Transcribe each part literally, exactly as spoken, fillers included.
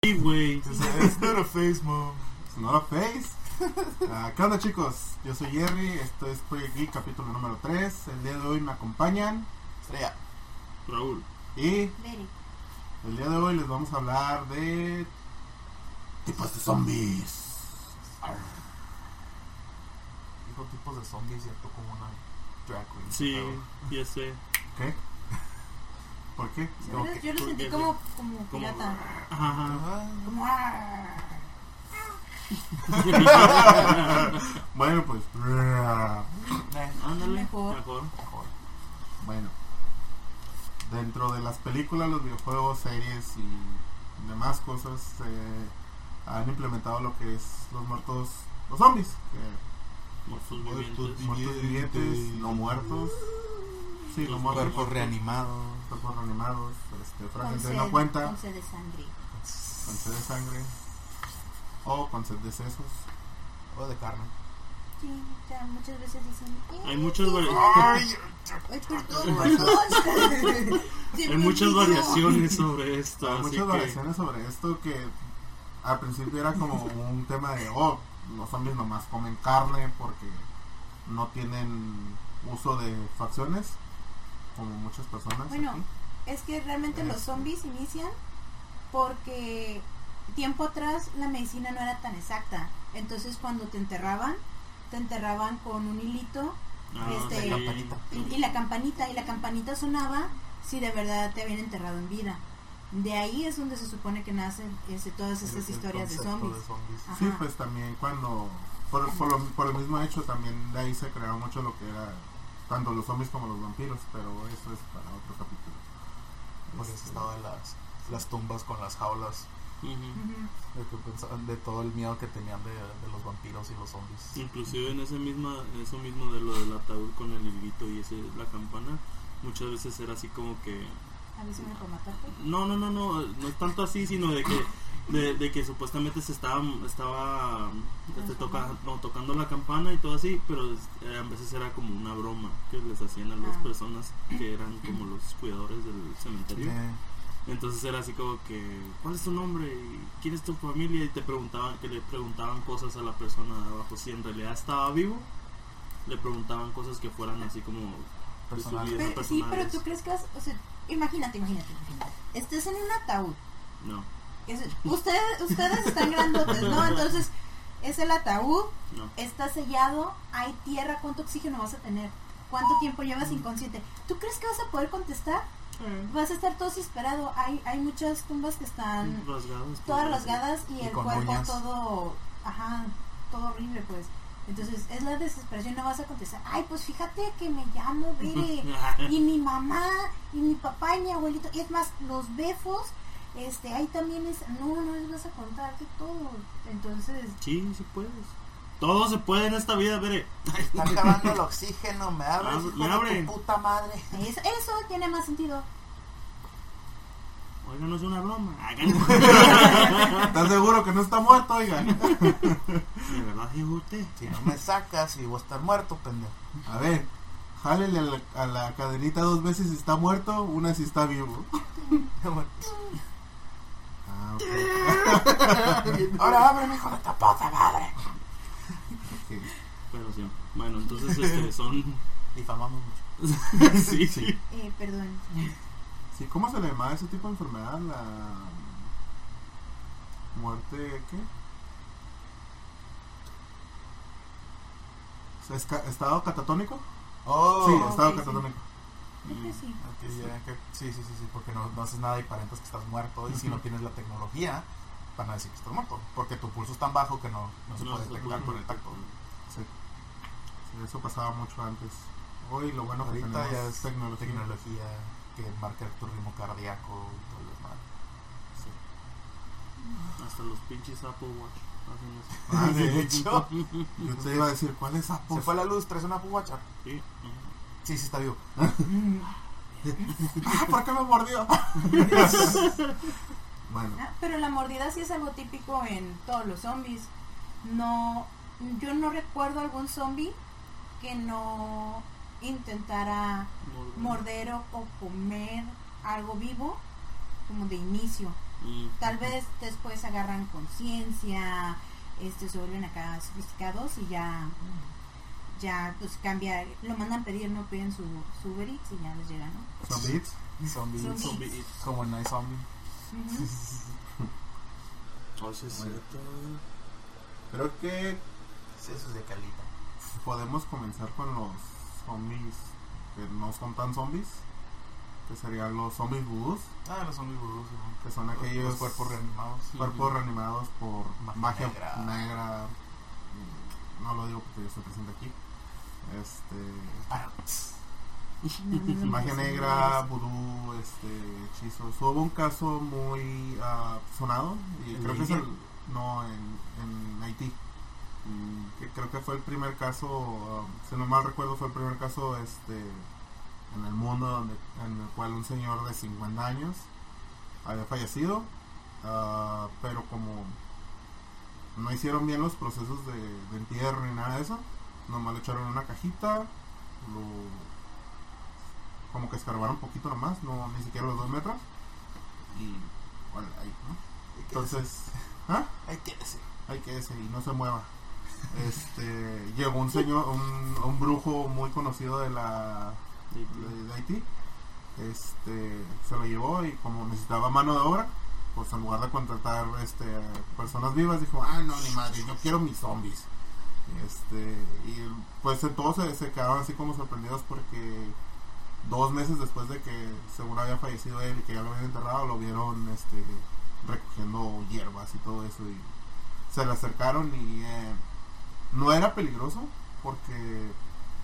Sí, güey. It's not a face, mom. It's not a face. Uh, ¿Qué onda, chicos? Yo soy Jerry. Esto es Project Geek, capítulo número tres. El día de hoy me acompañan Estrella. Raúl. y Very. el día de hoy les vamos a hablar de tipos de zombies. Arr. Dijo tipos de zombies y actuó como una drag queen. Sí, Pero- ya sé. ¿Qué? ¿Por qué? Yo, No, lo- que- yo lo porque- sentí como, como como- pirata. Ajá. Ah, Como "Ah". Bueno, pues. eh, Ándale. Mejor. Mejor. mejor. Bueno, dentro de las películas, los videojuegos, series y demás cosas eh, han implementado lo que es los muertos, los zombies, que Muertos Muertos vivientes. muertos vivientes, no muertos, sí, no Los muertos, Cuerpos reanimados. cuerpos reanimados, este, Con fragmentos de sed, no cuenta, con sed de sangre. con sed de sangre o con sed de sesos. O de carne. Sí, ya muchas veces dicen. "Eh, Hay muchas sí, variaciones. Ay, perdón, perdón. Se Hay me muchas olvidó. variaciones sobre esto. Hay así muchas que- variaciones sobre esto que al principio era como un tema de, oh, los zombies nomás comen carne porque no tienen uso de facciones, como muchas personas Bueno, aquí. es que realmente los zombies inician porque tiempo atrás la medicina no era tan exacta. Entonces cuando te enterraban, te enterraban con un hilito Ah, este, sí. La campanita. y, y la campanita, y la campanita sonaba si de verdad te habían enterrado en vida. De ahí es donde se supone que nacen este, todas estas El- el historias de concepto zombies. de zombies. Ajá. Sí, pues también cuando, por, por, lo, por el mismo hecho, también de ahí se creó mucho lo que era tanto los zombies como los vampiros, pero eso es para otro capítulo. Por eso Este, estaba de las, las tumbas con las jaulas. Ujú. Ujú. De, que pensaban- de todo el miedo que tenían de, de los vampiros y los zombies. Inclusive en ese misma, en eso mismo de lo del ataúd con el hilito y ese la campana, muchas veces era así como que A mí se me por matarte. no, no, no, no, no es tanto así, sino de que de, de que supuestamente se estaba estaba este, toca, no, tocando la campana y todo así, pero eh, a veces era como una broma que les hacían a las Ah. personas que eran como los cuidadores del cementerio. Eh, Entonces era así como que, ¿cuál es tu nombre? ¿Y quién es tu familia? Y te preguntaban, que le preguntaban cosas a la persona de abajo. Si en realidad estaba vivo, le preguntaban cosas que fueran así como de su Personales. vida, Pero, sí, pero personales. tú crees que vas, o sea, imagínate, imagínate, imagínate. Estés en un ataúd. No, Es- ustedes, ustedes están grandotes, ¿no? Entonces, es el ataúd, no. está sellado, hay tierra, ¿cuánto oxígeno vas a tener? ¿Cuánto tiempo llevas inconsciente? ¿Tú crees que vas a poder contestar? Vas a estar todo desesperado. Hay, hay muchas tumbas que están Rasgadas. todas pues, rasgadas y, Y el con cuerpo uñas. todo, ajá, todo horrible, pues. Entonces, es la desesperación, no vas a contestar. Ay, pues fíjate que me llamo Bere, y mi mamá, y mi papá, y mi abuelito, y es más, los befos, este, ahí también es, no, no les vas a contarte todo. Entonces, Sí, sí puedes. Todo se puede en esta vida, veré. Está acabando el oxígeno, me abres, Abre- hijo me de abre. tu puta madre. eso, eso tiene más sentido. Oiga, no es una broma. ¿Estás seguro que no está muerto, oigan? De verdad, dijo usted. Si no me sacas, y voy a estar muerto, pendejo. A ver, jálele a la, a la cadenita dos veces si está muerto, una si está vivo. Ah, ok. Ahora ábreme, hijo de tu puta madre. Ok. Pero sí. Bueno, entonces este son. Difamamos mucho. sí, Sí. Eh, perdón. Sí, ¿cómo se le llama ese tipo de enfermedad? La muerte, ¿qué? O sea, esca- ¿estado catatónico? Oh, sí, ok, estado sí. catatónico. Creo que sí. ok, ya, que- sí, sí, sí, sí, porque no, no haces nada y aparentas que estás muerto. Y si no tienes la tecnología, van a decir que estás muerto. Porque tu pulso es tan bajo que no, no se No puede se detectar puede con el tacto. Sí. Sí, eso pasaba mucho antes. Hoy lo bueno que Ahorita tenemos ya es tecnología. tecnología que marca tu ritmo cardíaco y todo lo demás. Sí. Hasta los pinches Apple Watch hacen eso. Ah, De sí. hecho, Yo te iba a decir, ¿cuál es Apple? se fue la luz, traes una Apple Watch. Sí. Ajá. Sí, sí está vivo. Ah, ¿por qué me mordió? Bueno, Ah, pero la mordida sí es algo típico en todos los zombies. No, yo no recuerdo algún zombie que no intentara morder o, o comer algo vivo como de inicio. Mm. Tal vez después agarran conciencia, este, se vuelven acá sofisticados y ya, ya pues cambia, lo mandan pedir, no piden su, su Uber Eats y ya les llega, ¿no? Zombies. Zombies. Zombies. Zombie. Como en iZombie. Ujú. Oh, sí, es Bueno. cierto. Creo que Sí, eso es de calita. podemos comenzar con los zombies que no son tan zombies, que serían los zombies vudús, Ah, los zombies vudús, ¿no? que son Los- aquellos los cuerpos reanimados. cuerpos Ujú. reanimados por Magia magia negra. negra. Mm, No lo digo porque yo estoy presente aquí. Este, Ah, No, no, no, magia no, no, negra, vudú, este, hechizos. Hubo un caso muy ah, sonado y ¿En creo que es India? el, no en, en Haití. Mm, que creo que fue el primer caso, ah, si no mal recuerdo, fue el primer caso este en el mundo donde, en el cual un señor de cincuenta años había fallecido, ah, pero como no hicieron bien los procesos de, de entierro ni nada de eso, nomás lo echaron en una cajita, lo como que escarbaron un poquito nomás, no ni siquiera los dos metros, y bueno, ahí, ¿no? Entonces, ¿ah? Ahí quédese. Hay que ese y no se mueva. Este, llegó un señor, un, un brujo muy conocido de la de, de Haití. Este, se lo llevó y como necesitaba mano de obra, pues en lugar de contratar este personas vivas, dijo, ah no ni madre, yo quiero mis zombies. Este, y pues todos se, se quedaron así como sorprendidos porque dos meses después de que según había fallecido él y que ya lo habían enterrado, lo vieron este recogiendo hierbas y todo eso y se le acercaron y eh, no era peligroso porque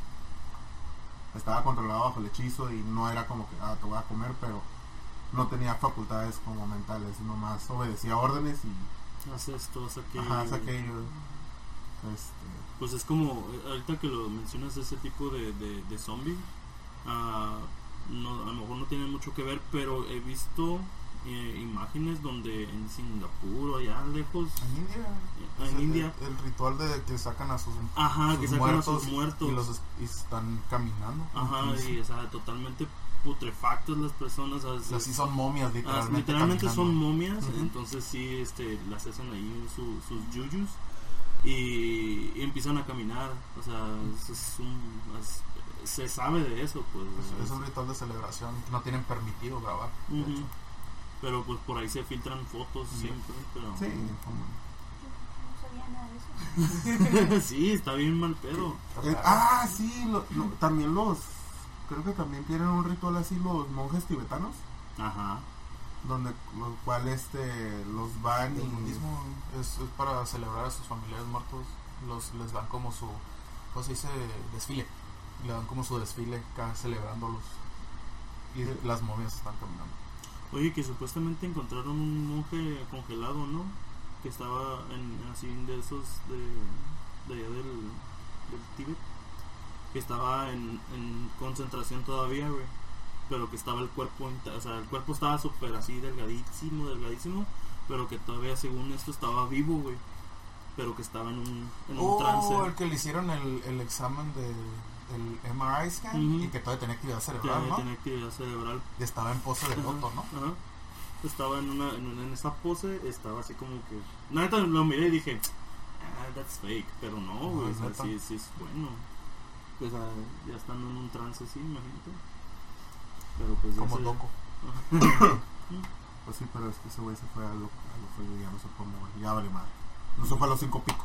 estaba controlado bajo el hechizo y no era como que ah, te voy a comer, pero no tenía facultades como mentales, nomás obedecía órdenes y Haz esto, haz aquello. ajá, haz aquello. Este, Pues es como, eh, ahorita que lo mencionas, ese tipo de, de, de zombie, ah, no, a lo mejor no tiene mucho que ver, pero he visto eh, imágenes donde en Singapur o allá lejos, En India. eh, Es en el- India, El, ritual de que sacan a sus, ajá, sus que sacan a sus muertos, y los es- y están caminando. ajá, Entonces, y o sea, totalmente putrefactas las personas, o sea, así son momias, ah, literalmente. literalmente son caminando. momias, Ujú. entonces sí, este, las hacen ahí su, sus yuyus y, y empiezan a caminar, o sea, es, es un, es- se sabe de eso, pues. Es, es un ritual de celebración que no tienen permitido grabar. de Ujú. hecho. Pero pues por ahí se filtran fotos Sí. siempre, pero sí, como- Yo no sabía nada de eso. sí, está bien mal pedo. eh, ah, sí, lo- lo- también los, creo que también tienen un ritual así los monjes tibetanos, Ajá. donde los cuales este, los van El y budismo es, es para celebrar a sus familiares muertos. Los, les dan como su, ¿cómo se dice? Desfile. Le dan como su desfile acá celebrándolos. Y las momias están caminando. Oye, que supuestamente encontraron un monje congelado, ¿no? Que estaba en, así de esos de, de allá del, del Tíbet. Que estaba en, en concentración todavía, güey. Pero que estaba el cuerpo, inta- o sea, el cuerpo estaba súper así delgadísimo, delgadísimo. Pero que todavía, según esto, estaba vivo, güey. Pero que estaba en un, en un Oh, trance. el que le hicieron el, el examen de el M R I scan Ujú. y que todavía tenía actividad Que cerebral, ¿no? tenía actividad cerebral. Y estaba en pose de Ajá, loto, ¿no? ajá. Estaba en una, en, una- en esa pose, estaba así como que. La neta lo miré y dije, ah, that's fake. Pero no, No, güey, o es sea, neta. sí, sí es bueno. Pues ah, ya están en un trance así, imagínate. Pero pues ya Como se- loco. Ajá. pues sí, pero es que ese güey se fue a lo, a lo feo y ya no se puede mover, ya vale madre. No se fue a los cinco picos.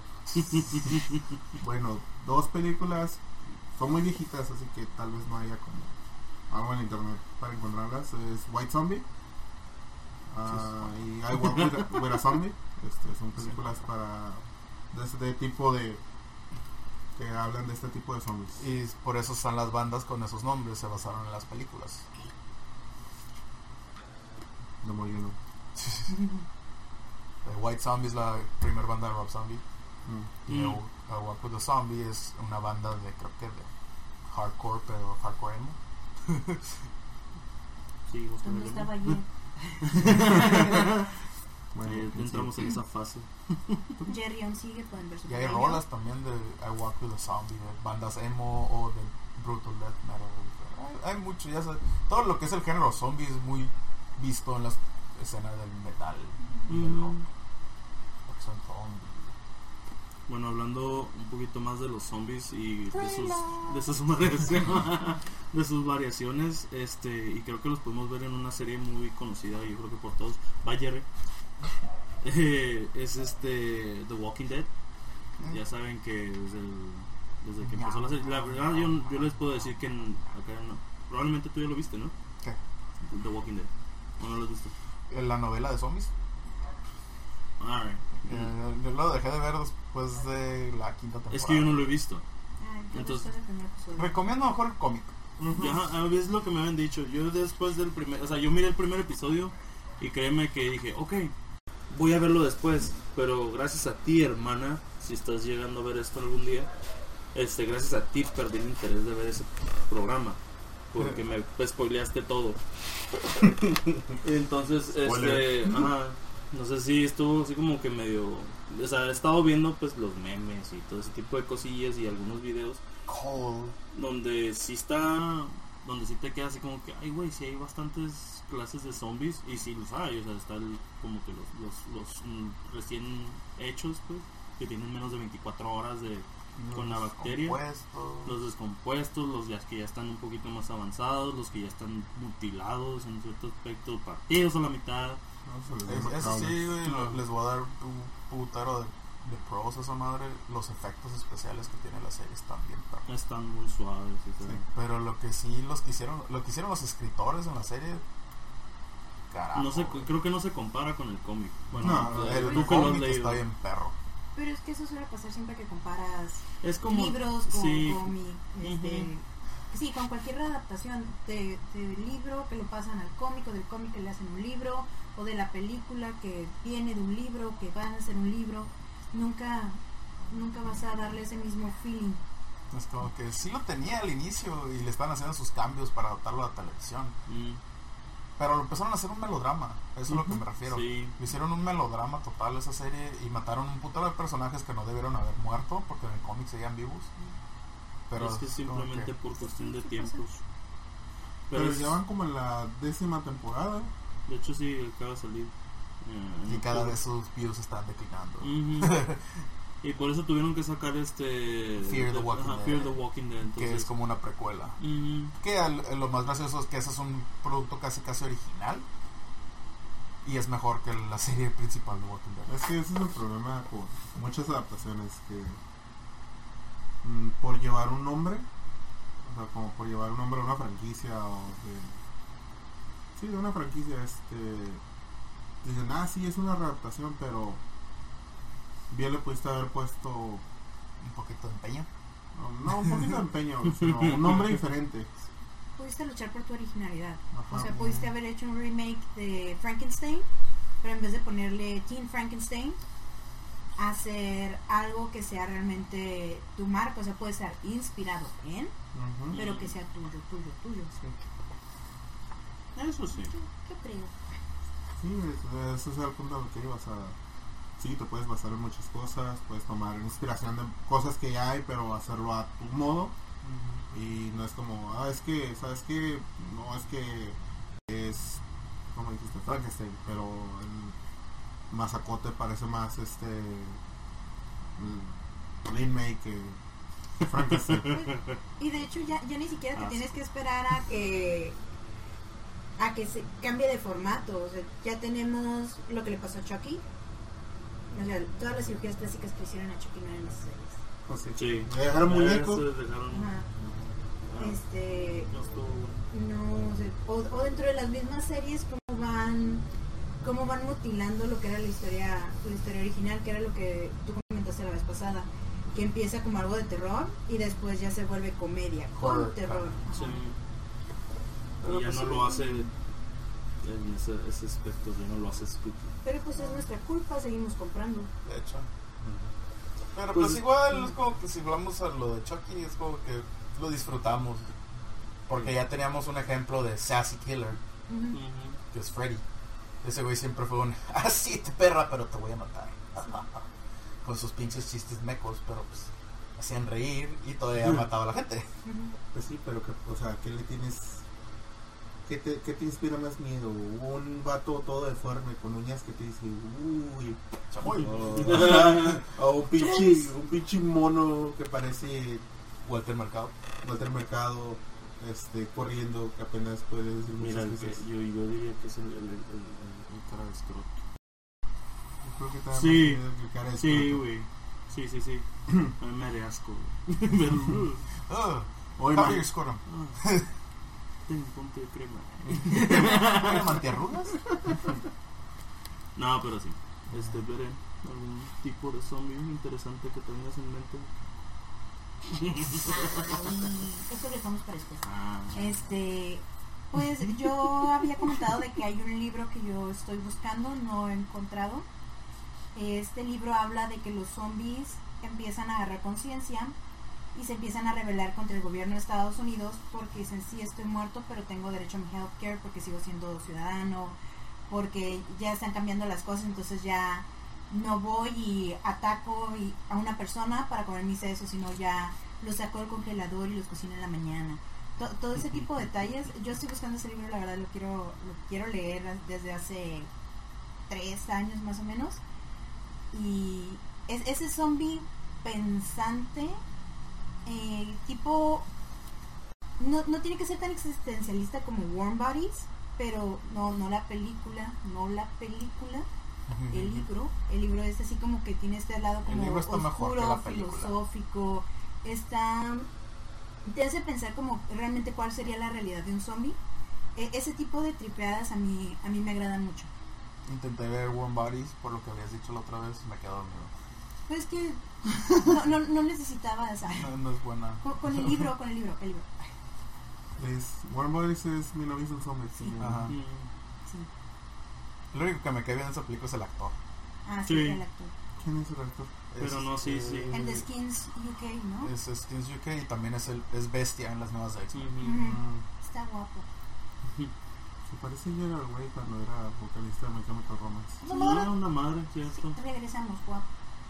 Bueno, dos películas son muy viejitas, así que tal vez no haya como algo en internet para encontrarlas. Es White Zombie ah, y I Walk with a, with a Zombie. Este, son películas para de este tipo de que hablan de este tipo de zombies. Y por eso están las bandas con esos nombres, se basaron en las películas. No more you know. Eh, White Zombie es la primera banda de Rob Zombie. Mm. Y Mm. I Walk with the Zombie es una banda de, creo que de hardcore, pero hardcore emo. Sí, vos ¿Dónde con el- estaba ayer? Bueno, Eh, en entramos sí. en esa fase. Jerry On sigue, pueden ver su Y hay video. rolas también de I Walk with the Zombie, de bandas emo o de brutal death metal. Hay, hay mucho, ya sabes. Todo lo que es el género zombie es muy visto en las escena del metal. Mm. Del rock, porque son zombies. Bueno, hablando un poquito más de los zombies y de sus, de sus variaciones, de sus variaciones, este, y creo que los podemos ver en una serie muy conocida, yo creo que por todos, Bayer, eh, es este The Walking Dead. Ya saben que desde, el, desde que empezó la serie, la verdad yo, yo les puedo decir que en, acá no, probablemente tú ya lo viste, ¿no? ¿Qué? The Walking Dead, ¿o no lo has visto? La novela de zombies. Alright. Eh, yo lo dejé de ver después de la quinta temporada. Es que yo no lo he visto. Ay, yo Entonces- después del primer episodio. Recomiendo mejor el cómic. Ya, a es lo que me habían dicho. Yo después del primer, o sea, yo miré el primer episodio y créeme que dije, ok, voy a verlo después. Pero gracias a ti, hermana, si estás llegando a ver esto algún día, este, gracias a ti perdí el interés de ver ese programa. Porque me spoileaste todo. Entonces, este, Spoiler. ajá, no sé si estuvo así como que medio, o sea, he estado viendo pues los memes y todo ese tipo de cosillas y algunos videos Cold. donde sí está, donde sí te queda así como que, ay güey, sí hay bastantes clases de zombies y sí los hay, o sea, está el- como que los, los, los mm, recién hechos, pues, que tienen menos de veinticuatro horas de con la bacteria, Compuestos. los descompuestos, los ya que ya están un poquito más avanzados, los que ya están mutilados en cierto aspecto, partidos a la mitad. No, se les Es- llama eso sí, crawlers. güey, No. lo- les voy a dar un putero de, de pros a esa madre. Los efectos especiales que tiene la serie están bien perros. Están muy suaves y todo. Sí. Pero lo que sí los que hicieron, lo que hicieron los escritores en la serie, carajo. No sé, creo que no se compara con el cómic. Bueno, No, tú- el tú que lo has cómic leído. está bien perro. Pero es que eso suele pasar siempre que comparas Es como libros con sí. cómic, este, sí, con cualquier adaptación de, del libro que lo pasan al cómic o del cómic que le hacen un libro o de la película que viene de un libro que van a hacer un libro, nunca nunca vas a darle ese mismo feeling. Es como que sí lo tenía al inicio y le están haciendo sus cambios para adaptarlo a la televisión. Mm, Pero lo empezaron a hacer un melodrama, eso es a lo que Ujú. me refiero. sí. Le hicieron un melodrama total a esa serie y mataron un putero de personajes que no debieron haber muerto porque en el cómic seguían vivos. Pero es que como simplemente que- por cuestión de ¿Qué tiempos. Pero, Pero es- ya van como en la décima temporada. de hecho sí acaba de salir. eh, en y cada octubre. vez sus views están declinando. Ujú. Y por eso tuvieron que sacar este Fear the de- Walking ajá, Dead. Fear the Walking Dead. Que Entonces, es como una precuela. ujú. Que al- lo más gracioso es que ese es un producto casi casi original. Y es mejor que la serie principal de Walking Dead. Es que ese es el problema con muchas adaptaciones que mm, por llevar un nombre, o sea, como por llevar un nombre a una franquicia o de sí, de una franquicia, este dicen, ah, sí, es una readaptación, pero bien le pudiste haber puesto Un poquito de empeño. no, no un poquito de empeño, sino un nombre diferente. Pudiste luchar por tu originalidad. Ajá. O sea, pudiste haber hecho un remake de Frankenstein, pero en vez de ponerle Teen Frankenstein, hacer algo que sea realmente tu marca. O sea, puede ser inspirado en, Ujú. pero que sea tuyo, tuyo, tuyo. Eso sí. ¿Qué creo? Sí, es- ese es el punto al que ibas a... Sí, te puedes basar en muchas cosas, puedes tomar inspiración de cosas que ya hay, pero hacerlo a tu modo. Y no es como, ah, es que, ¿sabes qué? No, es que es, como dijiste, Frankenstein, pero el Mazacote parece más este... Lin May que Frankenstein. Y de hecho ya, ya ni siquiera te Ah, tienes sí. que esperar a que a que se cambie de formato. O sea, ya tenemos lo que le pasó a Chucky. O sea, todas las cirugías plásticas que hicieron a Chucky no eran necesarias. O sea, Sí. dejaron muñeco. Eso dejaron. Ajá. Ah, Este, no estuvo bueno. no, o, sea, o, o dentro de las mismas series cómo van cómo van mutilando lo que era la historia la historia original, que era lo que tú comentaste la vez pasada, que empieza como algo de terror y después ya se vuelve comedia con Horror, terror. Sí. Ajá. Pero ya pues no sí. lo hace en ese, ese aspecto, ya no lo hace spooky. Pero pues es nuestra culpa, seguimos comprando. De hecho. Pero Pues, pues, igual es como que si hablamos a lo de Chucky, es como que lo disfrutamos. Porque ya teníamos un ejemplo de Sassy Killer, Ujú. Ujú. que es Freddy. Ese güey siempre fue un, ah, sí, te perra, pero te voy a matar. Con sus pinches chistes mecos, pero pues hacían reír y todavía mataba a la gente. Ujú. Pues sí, pero que, o sea, ¿qué le tienes? ¿qué te, ¿qué te inspira más miedo? ¿Un vato todo deforme con uñas que te dice, uy, Chamoy. o, o un pinche, un pinche mono que parece Walter Mercado. Walter Mercado, este, corriendo, que apenas puede decir Mira, muchas el que, cosas? yo, yo diría que es el, el, el, el- Un cara de escroto. Yo creo que te da Sí. más miedo que cara de Sí, escroto. güey. Sí, sí, sí. A mí me haría asco, güey. Pero, Ah, Oye, Javier man, Escoro. ah, ten, ponte crema. ¿Crema antiarrugas? No, pero sí. Este, veré algún tipo de zombie interesante que tengas en mente. Esto lo dejamos para después. Ah, Este, pues yo había comentado de que hay un libro que yo estoy buscando, no he encontrado. Este libro habla de que los zombies empiezan a agarrar conciencia y se empiezan a rebelar contra el gobierno de Estados Unidos porque dicen, sí, estoy muerto, pero tengo derecho a mi healthcare porque sigo siendo ciudadano, porque ya están cambiando las cosas, entonces ya no voy y ataco y- a una persona para comer mis sesos, sino ya los saco del congelador y los cocino en la mañana. To- todo ese tipo de detalles. Yo estoy buscando ese libro, la verdad lo quiero lo quiero leer desde hace tres años más o menos. Y es, ese zombie pensante, eh, tipo, no, no tiene que ser tan existencialista como Warm Bodies, pero no no la película, no la película, el libro, el libro es así como que tiene este lado como libro está mejor que oscuro, la película. filosófico, está, te hace pensar como realmente cuál sería la realidad de un zombie. E- ese tipo de tripeadas a mí a mí me agradan mucho. Intenté ver Warm Bodies, por lo que habías dicho la otra vez, me quedé dormido. Pero es que no, no, no necesitabas ay, No, no es buena. con, con el libro, con el libro, el libro. es, Warm Bodies es Mi novio es un zombie. Sí. Ajá. mm, Sí. Lo único que me cae bien en esa película es el actor. Ah, sí, Sí. el actor. ¿Quién es el actor? Pero no, sí, sí. eh, El de Skins U K, ¿no? Es Skins U K y también es el es Bestia en las nuevas de X-Men. ujú. Ujú. Mm, Está guapo. se parece a Gerard Way cuando era vocalista de My Chemical Romance. Sí, era una madre, cierto. Regresamos, guapo.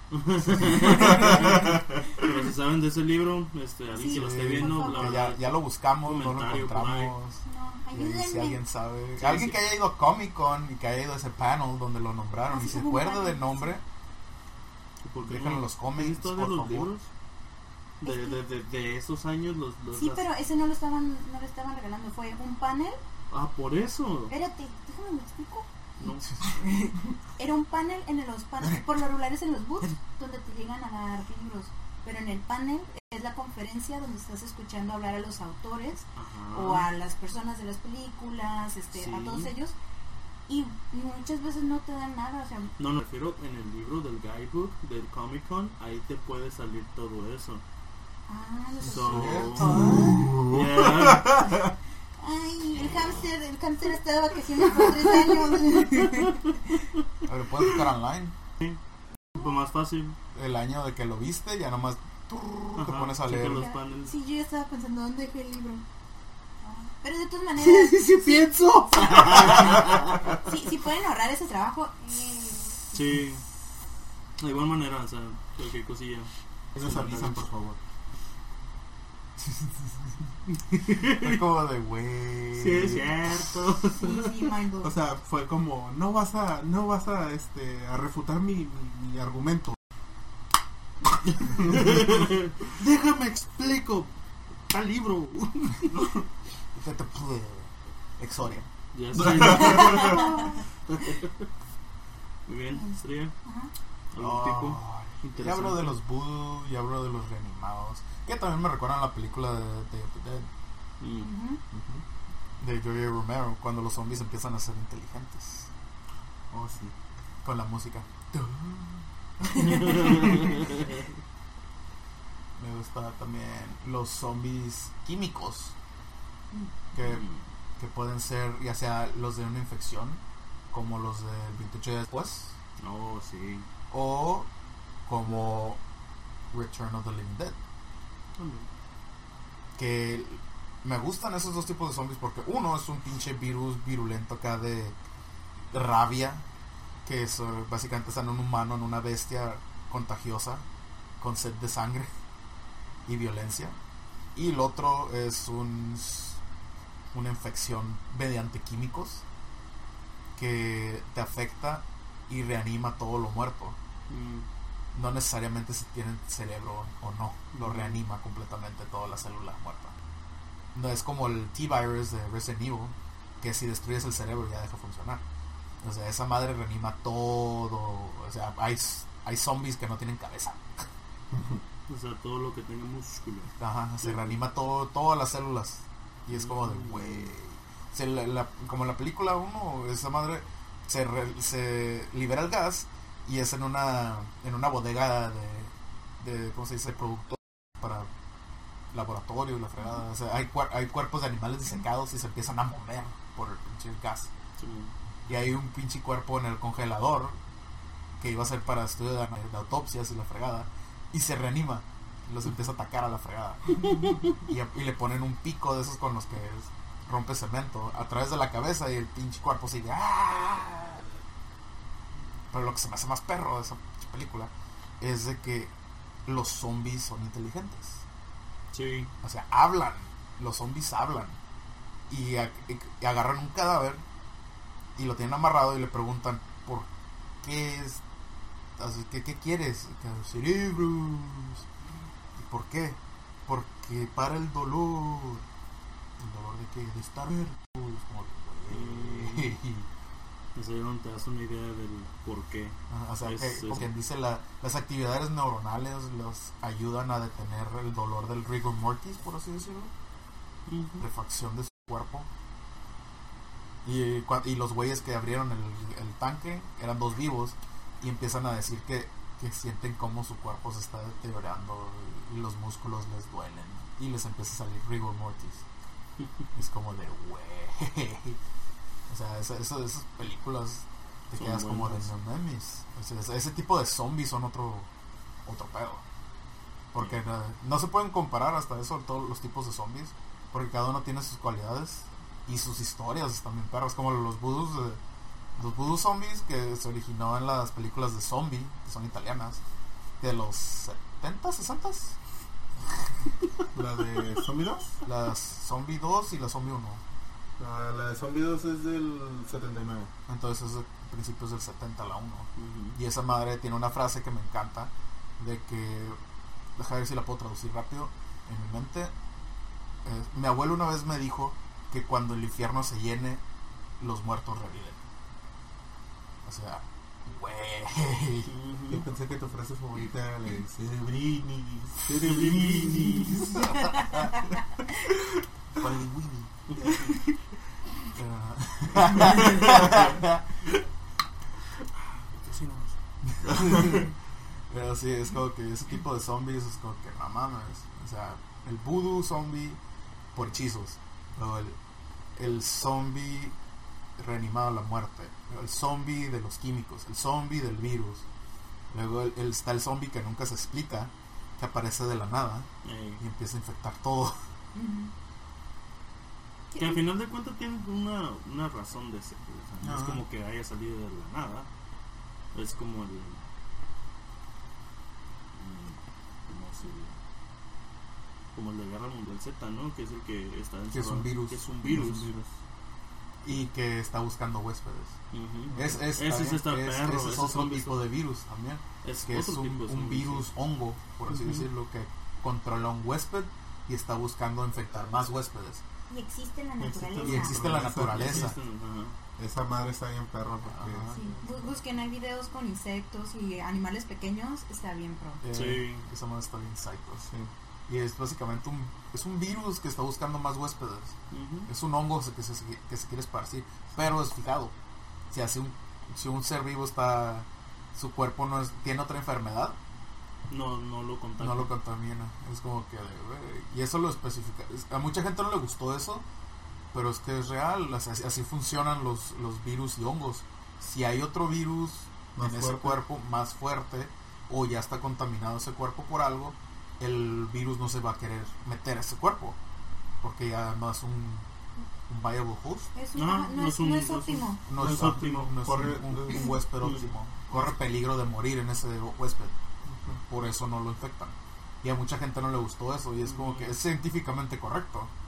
Pero si saben de ese libro, este, alguien Sí, que lo esté por viendo, favor. la Que verdad, ya, ya lo buscamos, no lo Comentario por ahí. encontramos. No, Y si ayúdenme. alguien sabe, Sí, alguien sí. que haya ido a Comic Con y que haya ido a ese panel donde lo nombraron Ah, y sí, se hubo un acuerda panel, del nombre, ¿por qué déjenlo en los comments, ¿Tienes todavía por los favor. libros? De, de, de, de esos años, los, los Sí, las- pero ese no lo estaban no lo estaban regalando, fue un panel. Ah, por eso. Espérate, déjame me explico. No. Era un panel en los paneles, por lo regular es en los booths donde te llegan a dar libros, pero en el panel es la conferencia donde estás escuchando hablar a los autores Ajá. o a las personas de las películas, este, Sí. a todos ellos, y muchas veces no te dan nada, o sea, No, no, refiero en el libro del guidebook del Comic Con, ahí te puede salir todo eso. ah, los So- autores. Yeah. Ay, el hámster, el hámster está de vacaciones por tres años. A ver, puedes buscar online. Pues más fácil. El año de que lo viste, ya nomás turr, te Ajá, pones a checa leer. los paneles. Sí, yo ya estaba pensando dónde dejé el libro. Ah, pero de todas maneras, sí pienso. si, si pueden ahorrar ese trabajo, eh, Sí. De igual manera, o sea, cualquier cosilla. Nos avisan, por favor. Es como de güey. Sí, es cierto. sí, sí, mind blown. O sea, fue como, no vas a, no vas a, este, a refutar mi, mi, mi argumento. Déjame explico. Tal libro. Te- te- pue- Exoria. Ya sé. Muy bien, Estrella. Ajá. ¿Algún tipo? Ay, ya Interesante. hablo de los voodoo, ya hablo de los reanimados. Que también me recuerdan la película de, de, de, Mm. Ujú. de George Romero, cuando los zombies empiezan a ser inteligentes. Oh, sí. Con la música. Me gusta también los zombies químicos. Que, que pueden ser ya sea los de una infección, como los del veintiocho días después, Oh, sí. o como Return of the Living Dead. También. Que me gustan esos dos tipos de zombies porque uno es un pinche virus virulento acá de rabia, que es, uh, básicamente están en un humano, en una bestia contagiosa con sed de sangre y violencia, y el otro es un una infección mediante químicos que te afecta y reanima todo lo muerto. Mm. No necesariamente si tienen cerebro o no, lo Mm. reanima completamente toda la célula muerta. No es como el T-Virus de Resident Evil, que si destruyes el cerebro ya deja de funcionar. O sea, esa madre reanima todo. O sea, hay, hay zombies que no tienen cabeza. O sea, todo lo que tenga músculo. Ajá, se reanima todo, todas las células. Y es como de, güey. Se la- la- como en la película uno, esa madre se, re- se libera el gas y es en una en una bodega de, de ¿cómo se dice? Producto para laboratorio y la fregada. O sea, hay, cuer- hay cuerpos de animales disecados y se empiezan a mover por el pinche gas. Sí. Y hay un pinche cuerpo en el congelador que iba a ser para estudio de, de autopsias y la fregada. Y se reanima. Y los empieza a atacar a la fregada. Y, y le ponen un pico de esos con los que rompe cemento a través de la cabeza y el pinche cuerpo sigue. ¡Ah! Pero lo que se me hace más perro de esa pinche película es de que los zombies son inteligentes. Sí. O sea, hablan. Los zombies hablan. Y, a- y- y agarran un cadáver y lo tienen amarrado y le preguntan por qué es, así, ¿qué, qué quieres? Que, cerebros. ¿Y por qué? Porque para el dolor. ¿El dolor de qué? De estar muerto. Es como, güey. Eso ya no te das una idea del por qué. Ajá, o sea, Es- que, es- como quien dice, la, las actividades neuronales los ayudan a detener el dolor del rigor mortis, por así decirlo. Refacción de su cuerpo. Y, cua- y los güeyes que abrieron el, el tanque eran dos vivos y empiezan a decir que, que sienten como su cuerpo se está deteriorando y los músculos les duelen y les empieza a salir rigor mortis. Es como de güey. O sea, esa- esa- esas películas te Son quedas como de buenas. no mames. O sea, ese- ese tipo de zombies son otro otro pedo. Porque no, no se pueden comparar hasta eso todos los tipos de zombies. Porque cada uno tiene sus cualidades y sus historias están bien perras. Como los voodoos, de, los voodoo zombies que se originó en las películas de zombie, que son italianas, de los setenta, sesenta. La de Zombie dos. Las Zombie dos y la Zombie uno. La, la de Zombie dos es del setenta y nueve. Entonces es de principios del setenta la uno. Ujú. Y esa madre tiene una frase que me encanta, de que, deja ver si la puedo traducir rápido en mi mente. Eh, mi abuelo una vez me dijo que cuando el infierno se llene, los muertos reviven. O sea, güey. Yo pensé que tu frase favorita era la de Cerebrinis, Cerebrinis. Willy Willy. Ah. Pero sí, es como que ese tipo de zombies es como que no mames. O sea, el voodoo zombie por hechizos. Luego el, el zombie reanimado a la muerte. Luego el zombie de los químicos. El zombie del virus. Luego el, el- está el zombie que nunca se explica, que aparece de la nada Ey. y empieza a infectar todo. Ujú. Que al final de cuentas tiene una, una razón de ser. O sea, no es Ajá. como que haya salido de la nada. Es como el. mm, ¿Cómo se dice? Como el de Guerra Mundial Z, ¿no? Que es el que está Que es un encerrado- virus. Que es un virus. Es un virus. Y que está buscando huéspedes. Ujú. Es, es, ese sí está es- perro. ese es ese otro zombie tipo de virus también. es Que es otro un, tipo de un zombie, virus sí. hongo, por así Ujú. decirlo, que controla a un huésped y está buscando infectar más huéspedes. Y existe en la Existe- naturaleza. Y existe la Naturaleza. naturaleza. Existen, ajá. Esa madre está bien perra porque Ajá. Sí, bu- busquen, hay videos con insectos y animales pequeños, está bien pro. Eh, Sí. Esa madre está bien psycho. sí. Y es básicamente un, es un virus que está buscando más huéspedes. Ujú. Es un hongo que se, que se quiere esparcir, pero es fijado. Si hace un, si un ser vivo está, su cuerpo no es, tiene otra enfermedad, No, no lo contacto. no lo contamina. Es como que, güey, y eso lo especifica. Es- A mucha gente no le gustó eso, pero es que es real. Así, así funcionan los, los virus y hongos. Si hay otro virus Más en ese fuerte. cuerpo más fuerte, o ya está contaminado ese cuerpo por algo, el virus no se va a querer meter a ese cuerpo, porque ya no es un, un viable host. Es No, una- no, no es, es un- no es no es un- óptimo. No, No es es óptimo. no es Corre- un, un- un huésped óptimo. Corre peligro de morir en ese huésped. Por eso no lo infectan. Y a mucha gente no le gustó eso. Y es como que es científicamente correcto.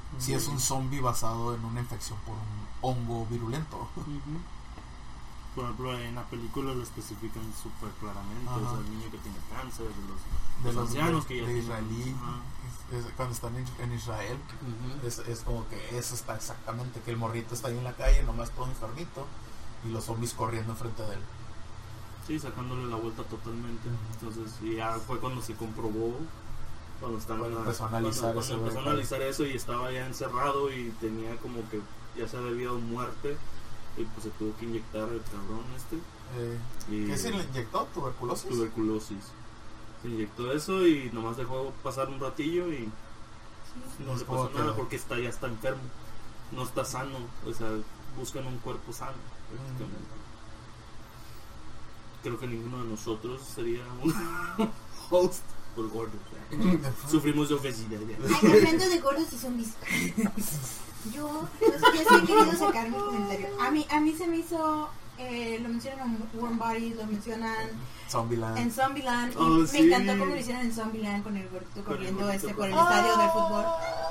si es un zombie basado en una infección por un hongo virulento. Uh-huh. Por ejemplo, en la película lo especifican súper claramente. Ajá. O sea, el niño que tiene cáncer, de los, De los los ancianos de, que ya de tienen- israelí, Ajá. es- es cuando están en, en Israel, Ujú. es, es como que eso está exactamente, que el morrito está ahí en la calle, nomás todo enfermito, y los zombies corriendo enfrente de él. Sí, sacándole la vuelta totalmente. Ujú. Entonces, y ya fue cuando se comprobó, cuando estaba Cuando en la- empezó a analizar cuando- ese cuando empezó a güey. analizar eso y estaba ya encerrado y tenía como que ya se había habido muerte y pues se tuvo que inyectar el cabrón este Eh, y ¿Qué se le inyectó? ¿Tuberculosis? tuberculosis. Se inyectó eso y nomás dejó pasar un ratillo y Sí. no Es le como pasó que- nada porque está ya está enfermo, no está sano, o sea, buscan un cuerpo sano prácticamente. Creo que ninguno de nosotros sería un host por gordo. Sufrimos de obesidad. ya. Ay, hablando de gordos y zombies. Yo, yo, yo sí he querido sacar mi comentario. A mí, a mí se me hizo, eh, lo mencionan en Warm Bodies, lo mencionan Zombieland. en Zombieland. Y Oh, me sí. encantó como lo hicieron en Zombieland con el gordito Con el corriendo gordito este por el corriendo. estadio de fútbol.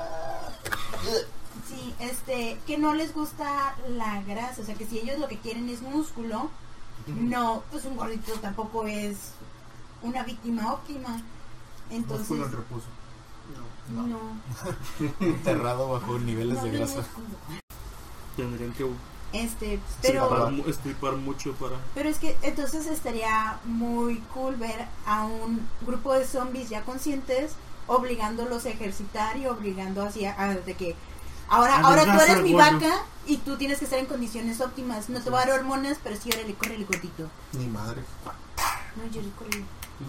Sí, este, que no les gusta la grasa, o sea que si ellos lo que quieren es músculo, no, pues un gordito tampoco es una víctima óptima. Entonces, Músculo en reposo. No. no, Enterrado bajo niveles no, de no es grasa. músculo. Tendrían que Este, pero estripar, mu- estripar mucho para. Pero es que entonces estaría muy cool ver a un grupo de zombies ya conscientes obligándolos a ejercitar y obligando así a, a- de que ahora ahora tú Adelgaza, eres mi gordo. vaca y tú tienes que estar en condiciones óptimas. No te voy a dar hormonas, pero sí órale, córrele gordito. Ni madre. No, Jerry, córrele.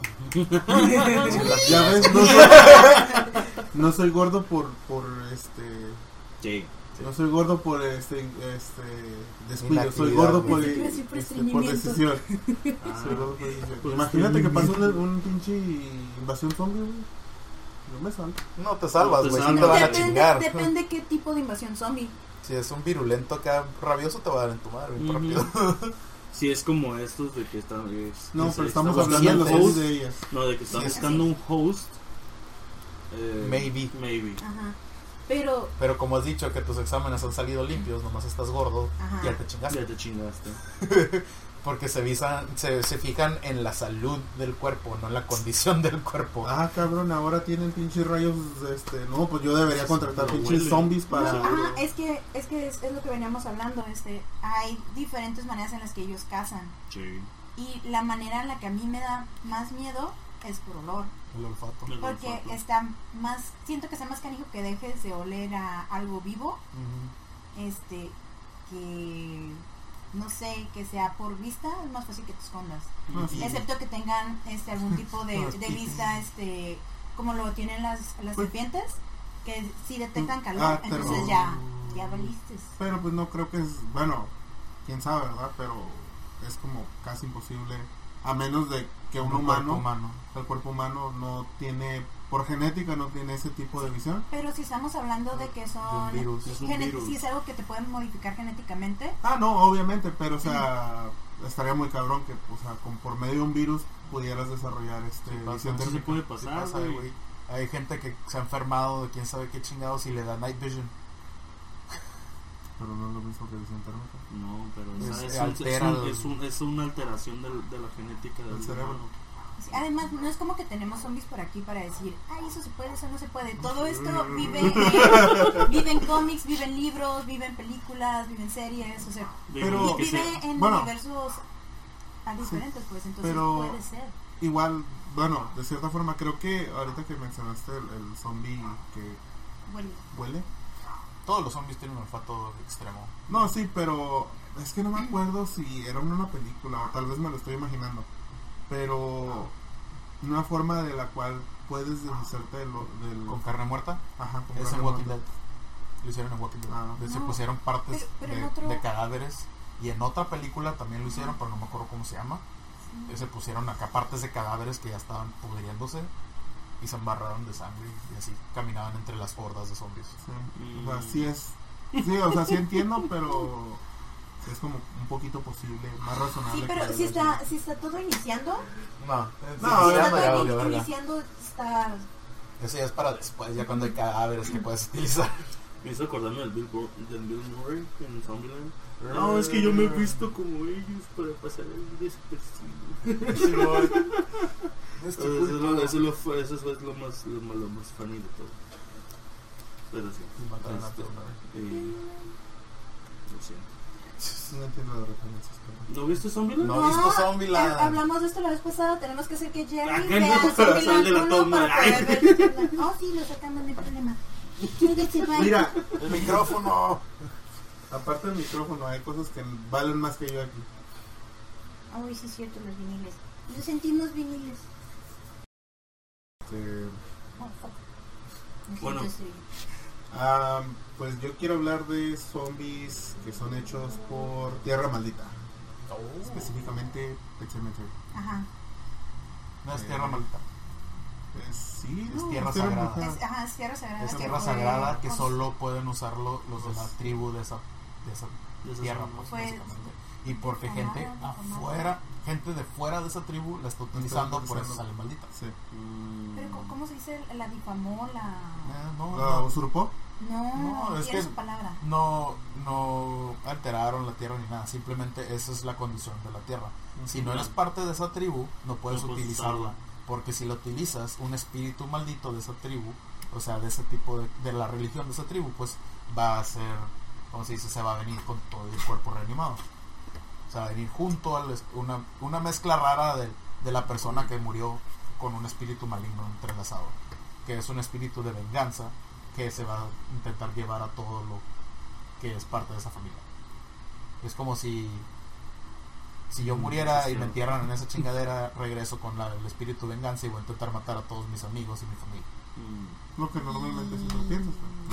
Ya ves, no soy, no soy gordo por, por este. Sí. No soy gordo por este, este descuido, soy Inactividad, gordo güey. por, Pensé que iba a decir por este, por estreñimiento. decisión. Ah, Soy gordo por decisión. por Imagínate que pasó estreñimiento. un, un pinche invasión zombie, güey. No me salgo. No te salvas, No te güey, sí salvas. te van a Depende, chingar. depende qué tipo de invasión zombie. Si es un virulento acá rabioso, te va a dar en tu madre bien Ujú. rápido. Sí, es como estos de que están. es- No, es- pero está estamos buscando hablando de los un zombies host. de ellas. No, de que está Sí, es- buscando un host. eh, Maybe. Maybe. Ajá. Pero Pero como has dicho que tus exámenes han salido limpios, nomás estás gordo, Ajá. ya te chingaste. Ya te chingaste. Porque se, visan, se, se fijan en la salud del cuerpo, no en la condición del cuerpo. Ah, cabrón, ahora tienen pinches rayos, este, no, pues yo debería contratar No pinches huele. zombies no, para... ajá, es que es que es, es lo que veníamos hablando, este, hay diferentes maneras en las que ellos cazan. Sí. Y la manera en la que a mí me da más miedo es por olor. El olfato. El Porque olfato. está más, siento que está más canijo que dejes de oler a algo vivo, Ujú. este, que no sé, que sea por vista, es más fácil que te escondas. Ah, sí. Excepto que tengan este algún tipo de, Los de pipis. vista, este, como lo tienen las, las Pues- serpientes, que si detectan calor, Ah, pero- entonces ya, ya valiste. Pero pues no creo que es, bueno, quién sabe, ¿verdad? Pero es como casi imposible, a menos de que un cuerpo humano, humano. el cuerpo humano no tiene, por genética no tiene ese tipo de visión. Pero si estamos hablando de que De un son virus. Es un genet- virus. si es algo que te pueden modificar genéticamente, Ah, no, obviamente, pero o sea, estaría muy cabrón que, o sea, con, por medio de un virus pudieras desarrollar este Sí, pasa, visión Sí se térmica. puede Sí pasar, pasa, güey. güey. Hay gente que se ha enfermado de quién sabe qué chingados y le da night vision. Pero no es lo mismo que visión térmica. No, pero o sea, Es- es, un- altera es, un- el- es, un- es una alteración del- de la genética del El cerebro. humano. sí, además no es como que tenemos zombies por aquí para decir, ay, eso se puede, eso no se puede. Todo esto vive en, vive en cómics, vive en libros, vive en películas, vive en series, o sea, Pero- que vive sea- en bueno, universos ah, diferentes, pues entonces pero- puede ser. Igual, bueno, de cierta forma creo que ahorita que mencionaste el, el zombie que Bueno, huele. Todos los zombies tienen un olfato extremo. No, sí, pero es que no me acuerdo si era en una película o tal vez me lo estoy imaginando. Pero una forma de la cual puedes deshacerte del... del Con carne muerta. ajá, con Es carne en Walking muerta. Dead. Lo hicieron en Walking Dead. Ah. De- Se No, pusieron partes pero- pero en de, otro- de cadáveres. Y en otra película también lo hicieron, pero no me acuerdo cómo se llama. sí. Se pusieron acá partes de cadáveres que ya estaban pudriéndose y se embarraron de sangre y así caminaban entre las hordas de zombies. Sí, Mm. o sea, sí es... Sí, o sea, sí entiendo, pero es como un poquito posible, más razonable. Sí, pero que si el- está, si está todo iniciando, No, No, si ya está ya todo valió verga. iniciando, está... Eso ya es para después, ya cuando hay cadáveres que puedes utilizar. Me hizo acordarme del Bill, Bo- del Bill Murray en Zombieland. No, es que yo me he visto como ellos para pasar el desapercibido. Eso, eso, es lo, eso, es lo, eso es lo más, lo, más- lo más funny de todo. Pero sí. Y mataron a Este, todos, ¿no? eh, lo siento. No entiendo las referencias. pero- ¿No viste Zombieland? No. he visto Zombieland. eh, hablamos de esto la vez pasada. Tenemos que hacer que Jerry Ah, que vea no, Zombieland sal de la uno toma. para poder ver Zombieland. Oh, sí, lo sacamos, no hay problema. Chíngate, bye. Mira, El micrófono. aparte del micrófono, hay cosas que valen más que yo aquí. Ay, sí es cierto, los viniles. Los sentimos viniles. Este, Oh, fuck. Me Bueno. siento así. ah, pues yo quiero hablar de zombies que son hechos por Tierra Maldita. Específicamente Pet Sematary. Ajá. No es tierra maldita. Pues, sí, Es no, tierra Tierra sagrada. Maldita. Es, ajá, es tierra sagrada. Es que tierra fue- sagrada que con- solo pueden usarlo los de la tribu de esa, de esa De esa tierra, zona. pues, Fue- básicamente. Y porque Ah, gente ah, afuera, gente de fuera de esa tribu la está utilizando, por eso utilizando. sale maldita. Sí. Mm. Pero, ¿cómo- ¿cómo se dice? La difamó, la... Eh, no, ¿La no, usurpó? No, No, es tiene que- su palabra. no, no alteraron la tierra ni nada, simplemente esa es la condición de la tierra. Si no eres parte de esa tribu, no puedes No puedes utilizarla, usarla. porque si la utilizas, un espíritu maldito de esa tribu, o sea, de ese tipo de, de la religión de esa tribu, pues va a ser, como se dice, se va a venir con todo el cuerpo reanimado. O sea, va a venir junto a la- una, una mezcla rara de, de la persona que murió con un espíritu maligno entrelazado, que es un espíritu de venganza que se va a intentar llevar a todo lo que es parte de esa familia. Es como si si yo muriera y me entierran en esa chingadera, regreso con la- el espíritu de venganza y voy a intentar matar a todos mis amigos y mi familia. Mm. Lo que normalmente sí lo piensas.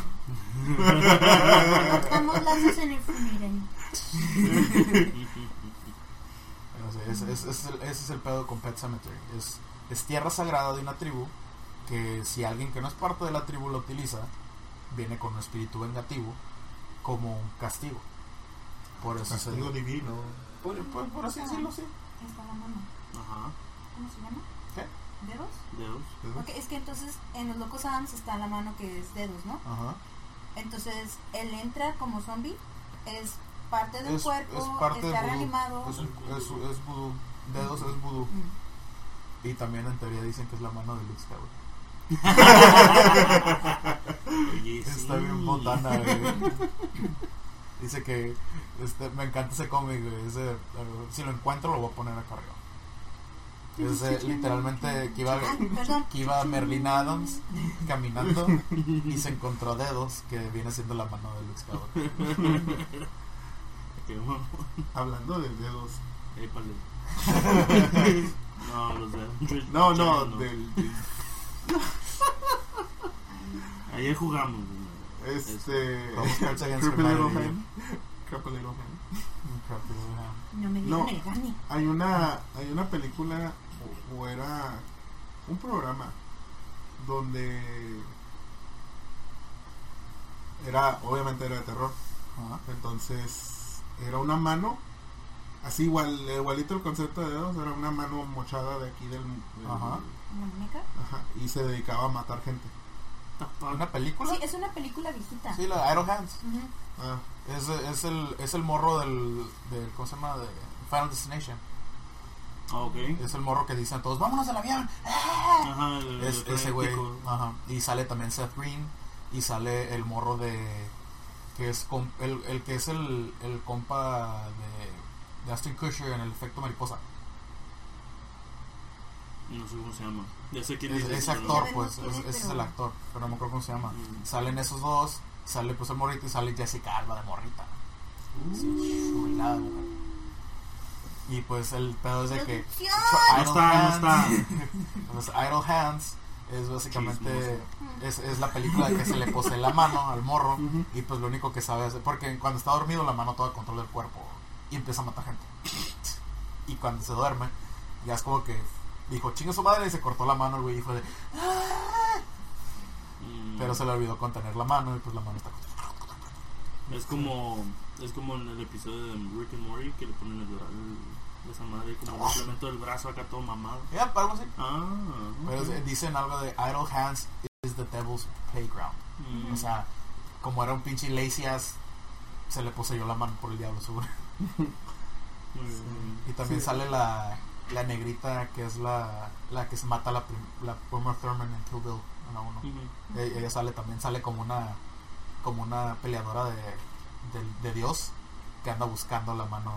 Cortamos lazos en el funeral. No sé, es- es- es el- ese es el pedo con Pet Sematary. Es, es tierra sagrada de una tribu que si alguien que no es parte de la tribu la utiliza, viene con un espíritu vengativo como un castigo. Por eso se- Castigo divino. por, por- por así decirlo, sí. Está la mano. Ajá. ¿Cómo se llama? ¿Qué? ¿Dedos? Dedos. Ok, es que entonces en los Locos Adams está la mano que es dedos, ¿no? Ajá. Entonces él entra como zombie, es parte del Es, cuerpo, es parte está de reanimado. vudú. Es, un- es, es vudú. Dedos es vudú. Mm. Y también en teoría dicen que es la mano de Luke Skywalker. Oye, Está sí. bien botana, güey. Dice que este, me encanta ese cómic, güey. Ese, eh, si lo encuentro lo voy a poner acá arriba. Es eh, literalmente que iba, Ay, perdón. que iba Merlina Adams caminando y se encontró a Dedos, que viene siendo la mano de Luke Skywalker. Qué mamón. Hablando de dedos. Épale. No, los dedos. No, Ya no, del, del- Ayer jugamos. güey. este. Vamos, Cards Against Creepy Little Humanity. Hand. Creepy Little Hand. No me No. dieron el gane. Hay una, hay una película o, o era un programa donde era, obviamente era de terror. Ajá. Entonces era una mano, así igual, igualito el concepto de dedos, era una mano mochada de aquí del, del- Ajá. ¿Una muñeca? ajá, y se dedicaba a matar gente. ¿Una película? Sí, es una película viejita. Sí, la de Idle Hands. Ujú. Ah, Es, es, el, es el morro del, del. ¿Cómo se llama? De Final Destination. Ah, ok. Es el morro que dicen todos: ¡vámonos al avión! Ajá, el, Es el ese güey. frenético. Ajá. Y sale también Seth Green. Y sale el morro de. Que es com- el, el que es el, el compa de, de Ashton Kutcher en El Efecto Mariposa. No sé cómo se llama. Ya sé quién Es, dices, ese pero no. actor, no pues. tiene, es- Ese es pero- el actor. Pero no me acuerdo cómo se llama. Mm. Salen esos dos. Sale pues el morrito y sale Jessica Alba de morrita. Sí, chulada, mujer. Y pues el pedo es de que ¡Producción! No está, no está. Los Idle Hands es básicamente Chismoso. es, es la película de que se le posee la mano al morro Ujú. y pues lo único que sabe hacer, porque cuando está dormido la mano toma control del cuerpo y empieza a matar gente. Y cuando se duerme ya es como que dijo chinga su madre y se cortó la mano el güey y fue de "Ah", Mm. pero se le olvidó contener la mano y pues la mano está Es como es como en el episodio de Rick and Morty que le ponen el, el esa madre como un implemento del brazo acá todo mamado. ya algo así. Ah, Pero ok. es- dicen algo de Idle Hands is the devil's playground. Mm. O sea, como era un pinche lazy ass, se le poseyó la mano por el diablo, seguro. Muy bien, muy bien. Y también Sí. sale la, la negrita que es la, la que se mata a la, prim- la Uma Thurman en Kill Bill en la uno. Ujú. E- Ella sale también, sale como una como una peleadora de, de, de Dios que anda buscando la mano.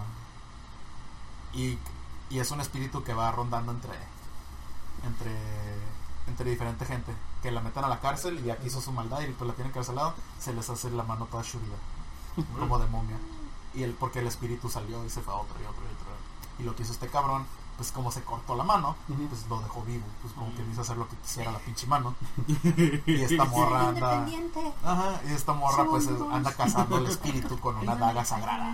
Y, y es un espíritu que va rondando entre entre entre diferente gente, que la meten a la cárcel y aquí hizo su maldad y pues la tienen carcelado, se les hace la mano toda churida, como de momia. Y él, porque el espíritu salió y se fue a otro y otro y otro. Y lo que hizo este cabrón, pues como se cortó la mano, Ujú. pues lo dejó vivo, pues como que Mm. quiso hacer lo que quisiera la pinche mano. Y esta morra anda, Independiente. ajá, y esta morra pues es- Somos. anda cazando el espíritu con una daga sagrada.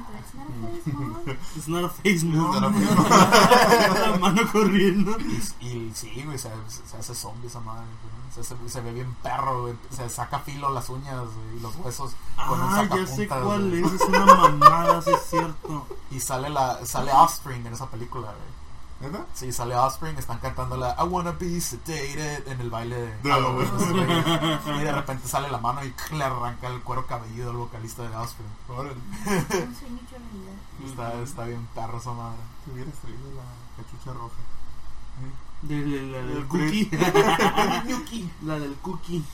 It's not a face, no. Es de lo mismo. La mano corriendo. Y, y sí, güey, se, se hace zombie esa madre, güey. Se, se, se ve bien perro, güey. Se saca filo las uñas, güey, y los huesos con un Ah, ya sé sacapuntas, cuál güey. es. Es una mamada, sí es cierto. Y sale la sale Offspring en esa película, güey. ¿Verdad? Sí, sale Offspring, están cantando la I wanna be sedated en el baile de No. Halloween, no sé, güey. Y de repente sale la mano y le arranca el cuero cabelludo al vocalista de Offspring. Órale. Un sueño hecho realidad. Está, está bien perro esa madre. Te hubieras traído la cachucha roja. De, de- la del El cookie. La del cookie.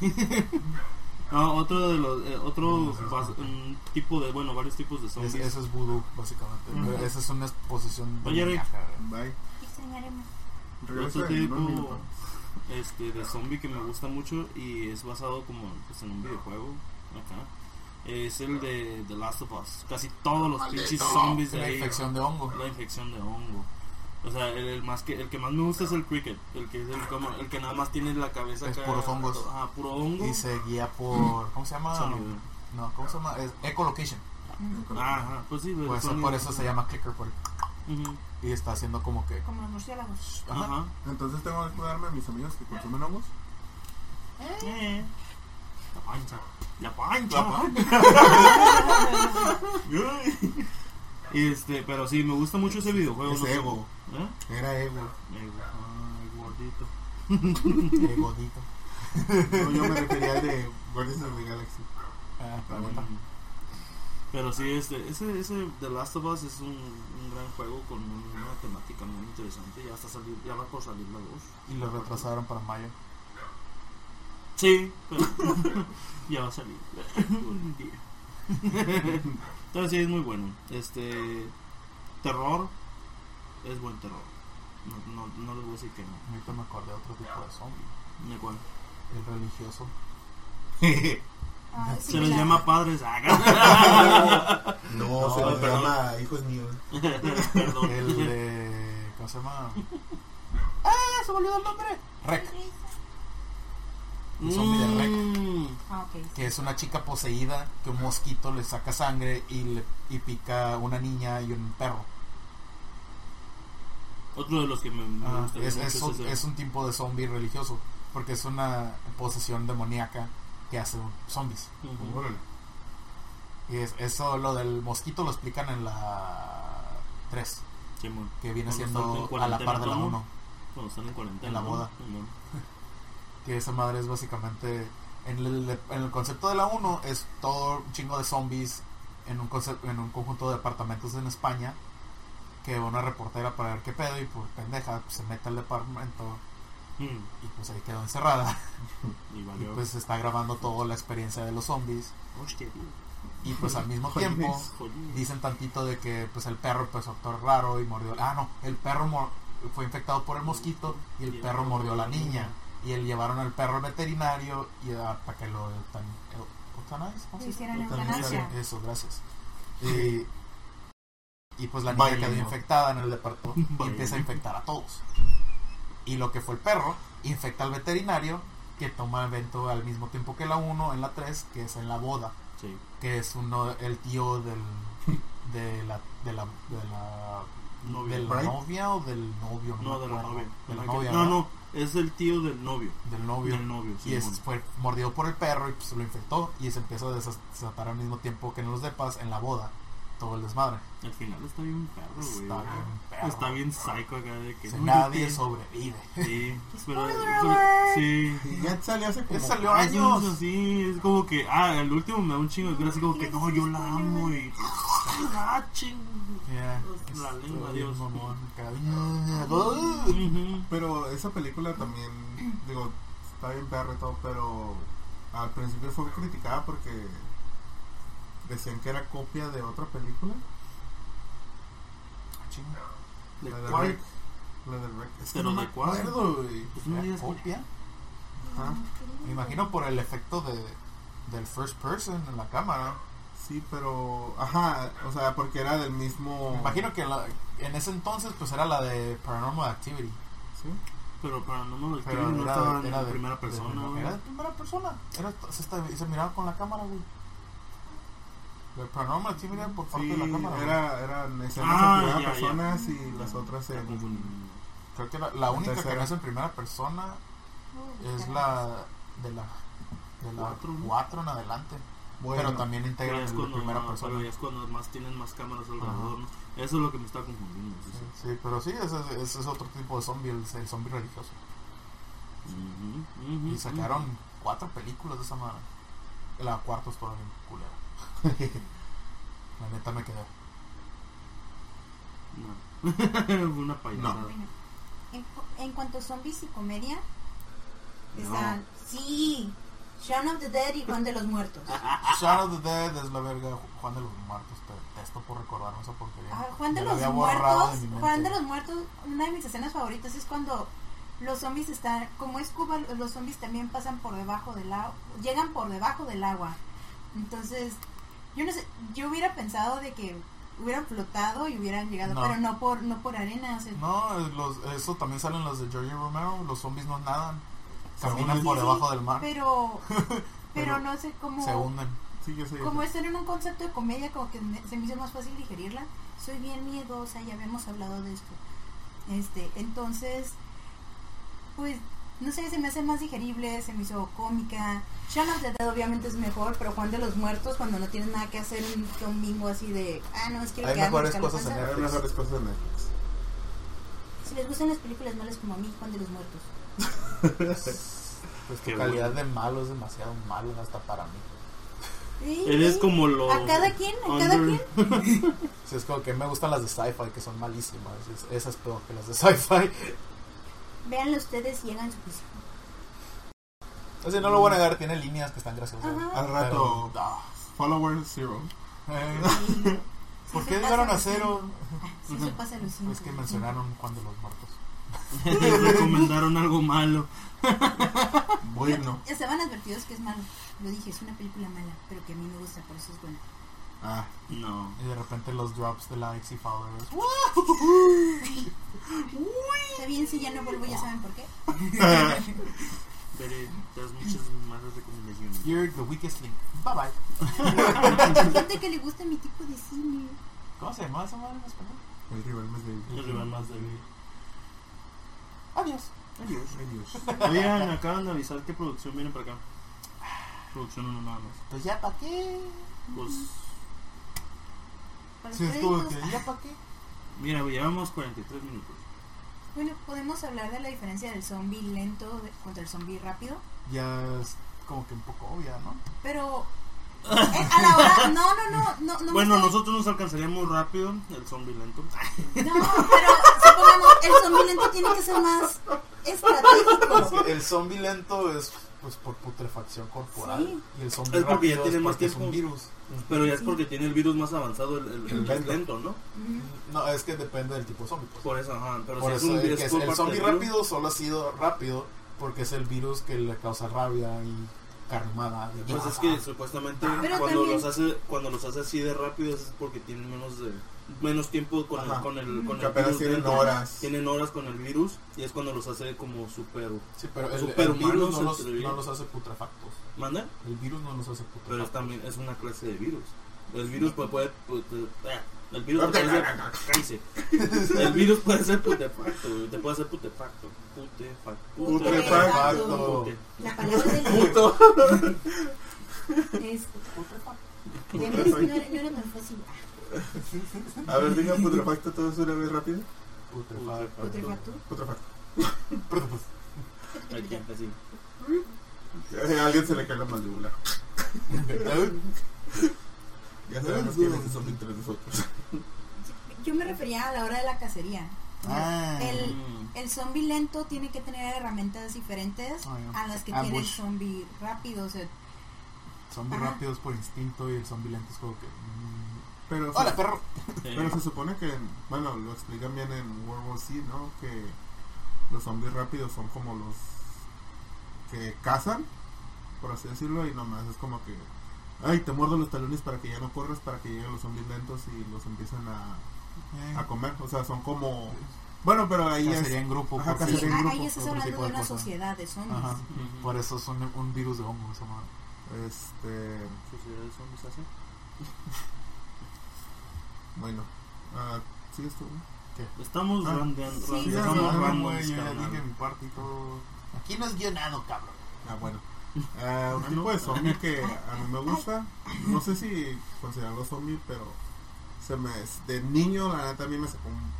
No, otro de los. eh, otro No, eso es bas- cookie. un tipo de. Bueno, varios tipos de Es, zombies. eso es voodoo, básicamente. Ujú. Esa es una exposición Oye, Rick. demoníaca, güey. Bye. Te extrañaremos. Regresa Otro en tipo un minuto. este, de zombie que me gusta mucho y es basado como pues, en un videojuego. Acá. Es el de The Last of Us. Casi todos los pinches zombies de La ahí. infección de hongo. La infección de hongo. O sea, el, el más que el que más me gusta es el cricket, el que es el como el que nada más tiene la cabeza Es acá, puros hongos. ajá, puro hongo. Y se guía por. ¿Cómo se llama? Sonido. No, ¿cómo se llama? Es echolocation. Ajá, pues sí, el Por eso, sonido. por eso se llama clicker. Por, Ujú. y está haciendo como que. Como los murciélagos. Ajá. Ajá. Entonces tengo que cuidarme a mis amigos que consumen hongos. Eh. La pancha. La pancha. Y este, pero sí, me gusta mucho ese videojuego. Es no sé ego. cómo. ¿Eh? Era ego. Ego. Ay, gordito. eh, godito. No, yo me refería al de Guardians of the Galaxy. Ah, Está la bueno. neta. Pero sí, este, ese, ese The Last of Us es un, un gran juego con una temática muy interesante. Ya está salir, ya va por salir la dos. Y lo retrasaron para mayo. Sí, pero ya va a salir un día. Entonces sí es muy bueno. Este terror es buen terror. No, no, no les voy a decir que no. Ahorita me acordé de otro tipo de zombie. ¿De cuál? El religioso. Ah, sí, Se les la- llama padres. Ah, No, No, se les perdón. llama hijos míos. Perdón. El de. ¿Cómo se llama? ¡Ah! Se me olvidó el nombre. Rec. El zombie de Rec. Mm. Ah, ok. Que es una chica poseída que un mosquito le saca sangre y, le, y pica una niña y un perro. Otro de los que me, me Ah, gusta es, mucho es, es un, ese. es un tipo de zombie religioso. Porque es una posesión demoníaca que hace zombies. Ujú. Órale. Y es, eso, lo del mosquito, lo explican en la tres, Simón. que viene Cuando están siendo en a la par de la cuarentena, uno. Cuando están en cuarentena. En la ¿no? boda. Simón. Que esa madre es básicamente. En el, en el concepto de la uno es todo un chingo de zombies en un, concepto, en un conjunto de departamentos en España. Que va una reportera para ver qué pedo y por pendeja pues, se mete al departamento Mm. y pues ahí quedó encerrada. Y Y valió. pues está grabando toda la experiencia de los zombies. Hostia, tío. Y pues al mismo tiempo Jolín. dicen tantito de que pues el perro pues actuó raro y mordió. Ah, no, el perro mor- fue infectado por el mosquito y el perro mordió a la niña. Y él llevaron al perro al veterinario y ah, para que lo eutan, eu- eutanize, ¿cómo se dice? Hicieron Eutanasia. eutanasia. Eso, gracias. Y, y pues la niña Bailando. quedó infectada en el departamento y Bailando. empieza a infectar a todos. Y lo que fue el perro infecta al veterinario que toma evento al mismo tiempo que la uno en la tres, que es en la boda, Sí. que es uno el tío del de la de la de la, Novio. de la Bride. novia o del novio, No, me de la acuerdo. novia. De la Ajá, novia, No, ¿verdad? no. Es el tío del novio. Del novio. Del novio, Y es, Simón. fue mordido por el perro y pues lo infectó y se empezó a desas- desatar al mismo tiempo que en los depas en la boda. todo el desmadre. Al final está bien perro, güey. Está bien perro. Está bien psycho acá de que... Si no, nadie yo te- sobrevive. Sí, pero, Spoiler pero- alert. sí. Y ya salió hace como Ya salió Ah, sí, años. así, es como que, ah, el último me da un chingo de cura, así como que, no, yo la amo y... Ah, ching. Yeah. La lengua, Estoy Dios. mamón, acá. Ujú. Pero esa película también, digo, está bien perra y todo, pero al principio fue criticada porque decían que era copia de otra película. Chinga. ¿De La de cuál? Rec. La de Rec. Es que ¿Pero no me de cuál? acuerdo, güey. Pues no digas que- ¿Copia? Ajá. Me imagino por el efecto de del first person en la cámara. Sí, pero... Ajá, o sea, porque era del mismo... Me imagino que la- en ese entonces pues era la de Paranormal Activity. ¿Sí? Pero para no me Pero no era, estaba de- en era de primera de- persona, güey. Era de primera persona. Era, se, está- se miraba con la cámara, güey. La Paranormal Activity era por parte Sí, de la cámara. güey. era, eran escenas Ah, en primera ya, ya. personas y las otras Está en... confundiendo. Creo que la, la única que tercera. no es en primera persona Uy, es caray. la de la de la Cuatro, ¿no? cuatro en adelante. Bueno, Pero también Pero integran ya es en la cuando, primera ah, persona. pero ya es cuando más tienen más cámaras alrededor, Ajá. ¿no? Eso es lo que me está confundiendo. Sí, sí. Sí, sí, pero sí, ese, es- ese es otro tipo de zombie, el, el zombie religioso. Ujú, ujú, Y sacaron cuatro películas de esa manera. La cuarta es todavía culera. La neta me quedé. No. Fue una payasada. No. Bueno, en, cu- en cuanto a zombies y comedia, No. están. Sí, Shaun of the Dead y Juan de los Muertos. Shaun of the Dead es la verga. Juan de los Muertos. Te detesto por recordarme esa porquería. Ah, Juan de Ya la los había borrado Muertos. de mi mente. Juan de los Muertos, una de mis escenas favoritas es cuando los zombies están. Como es Cuba, los zombies también pasan por debajo del agua. Llegan por debajo del agua. Entonces, yo no sé. Yo hubiera pensado de que hubieran flotado y hubieran llegado, No. pero no por no por arena. O sea, No, los, eso también salen los de George Romero. Los zombies no nadan. Se Caminan hunden. por sí, debajo sí, del mar. Pero, pero, Pero no sé cómo. Se hunden. Sí, yo sé. yo Como sé. estar en un concepto de comedia, como que me- se me hizo más fácil digerirla. Soy bien miedosa, ya habíamos hablado de esto. Este, entonces, pues, no sé, se me hace más digerible, se me hizo cómica. Shaun of the Dead obviamente es mejor, pero Juan de los Muertos, cuando no tienes nada que hacer un domingo así de, ah, no, es quiero Hay quedarme mejores buscando cosas en panza. Hay mejores cosas en Netflix. Si les gustan las películas malas como a mí, Juan de los Muertos. Pues Qué tu calidad bueno. de malo es demasiado malo hasta para mí. Sí, Eres sí. como lo... A cada quien, a cada under- quien. Sí, es como que me gustan las de sci-fi que son malísimas. Es- Esas peor que las de sci-fi. Véanlo ustedes y hagan su juicio. O sea, no lo voy a negar, tiene líneas que están graciosas. Ajá. Al rato, Pero, ah, Follower Zero. eh, Sí. ¿Por Sí qué se llegaron pasa a los cero? cinco. Sí se pasa los cinco. Es que mencionaron Juan de los Muertos. recomendaron algo malo. Bueno. Ya estaban advertidos que es malo. Lo dije, es una película mala, pero que a mí me gusta, por eso es buena. Ah, No. Y de repente los drops de la X y Followers. Está bien, si ya no vuelvo, ya saben por qué. Veré, te das muchas más recomendaciones. You're the weakest link. Bye bye. Hay gente que le gusta mi tipo de cine. ¿Cómo se llama esa madre en español? el rival más débil. El rival más débil. Adiós. Adiós. Adiós. Oigan, acaban de avisar que producción viene para acá. Producción uno nada más. Pues ya pa' qué. Pues, Para los Sí, es como créditos. que ya pa' qué. mira, llevamos cuarenta y tres minutos. Bueno, podemos hablar de la diferencia del zombie lento de- contra el zombie rápido. Ya es como que un poco obvia, ¿no? Pero eh, a la hora, no, no, no, no, no me Bueno, estoy- nosotros nos alcanzaríamos rápido el zombie lento. No, pero supongamos, el zombie lento tiene que ser más estratégico. Es que el zombie lento es pues por putrefacción corporal. Sí. Y el zombie Es porque ya rápido tiene es más porque es tiempo. un virus. Pero ya es Sí. porque tiene el virus más avanzado, el, el, el lento. lento, ¿no? Ujú. No, es que depende del tipo de zombie. Pues. Por eso, ajá. Pero Por si eso es un es virus que es- por el parte zombie del virus, rápido solo ha sido rápido porque es el virus que le causa rabia y carnumada. y- Pues es que supuestamente Pero cuando también- los hace cuando los hace así de rápido es porque tienen menos de menos tiempo con el Ajá. con el con Que el apenas virus tienen dentro. horas. Tienen horas con el virus y es cuando los hace como super Sí, pero el, el superhumanos, virus no los, entre bien. no los hace putrefactos. ¿Manda? El virus no los hace Pero es putrefactos. también es una clase de virus. El virus puede, puede, puede- ah, el virus puede ser cállese. El virus puede ser putefacto, güey, te puede hacer putefacto, putefacto, Putrefacto. pute- La palabra del Puto. es. ¿Ves? No era, no era tan fácil. A ver, diga putrefacto todos una vez rápido. Putrefacto. ¿Putrefacto? Putrefacto. Aquí, así. A alguien se le cae la mandíbula. Ya sabemos quiénes son entre nosotros. Yo me refería a la hora de la cacería. Ah. El, el zombie lento tiene que tener herramientas diferentes Ah, ya. a las que tiene el Ambush. zombie rápido. O sea, Zombies Ajá. rápidos por instinto y el zombie lento es como que. mm, Pero, ¡Hola, se, perro! pero se supone que, bueno, lo explican bien en World War Z, ¿no? Que los zombies rápidos son como los que cazan, por así decirlo, y nomás es como que, ay, te muerdo los talones para que ya no corras, para que lleguen los zombies lentos y los empiecen a, Eh, a comer. O sea, son como, bueno, pero ahí cacería es, en grupo. Ajá, por sí, cacería en sí. grupo, ahí estás otro hablando tipo de de una cosas. sociedad de zombies. Ajá. Ujú. Por eso son un virus de hongo, esa madre. este, ¿Sociedad de zombies hace? bueno, ah, ¿sí esto? Estamos Ah, randeando. sí, randeando, sí, estamos sí. randeando, güey, yo ya carnal. dije mi parte y todo. Aquí no es guionado, cabrón. Ah, bueno. Ah, un Ah, tipo no. de zombie que a mí me gusta. No sé si considerarlo zombie, pero se me de niño la neta a mí me sacó un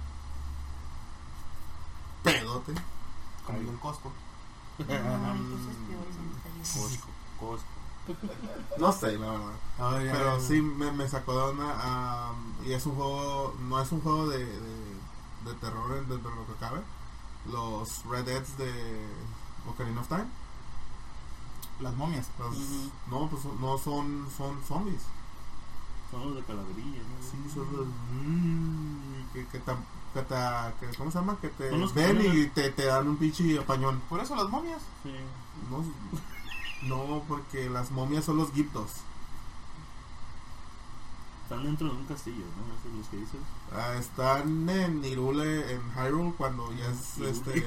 pedote. Como el del Costco. No, entonces peor es el Costco, Costco. No sé, la verdad. Ah, ya, Pero ya. sí me, me sacó de una. ah, y es un juego. No es un juego de, de, de terror dentro de lo que cabe. Los Red Deads de Ocarina of Time. Las momias. Los- Ujú. No, pues no son, son zombies. Son los de calaverilla, ¿no? Sí, son los. mm, que, que, tam- que ta- que- ¿Cómo se llama? Que te Son los que ven ponen y el- te, te dan un pinche apañón. Por eso las momias. Sí. No, no, porque las momias son los giptos. Están dentro de un castillo, ¿no? Esos los que dices. Ah, están en Hyrule, en Hyrule, cuando ya es Hyrule. este.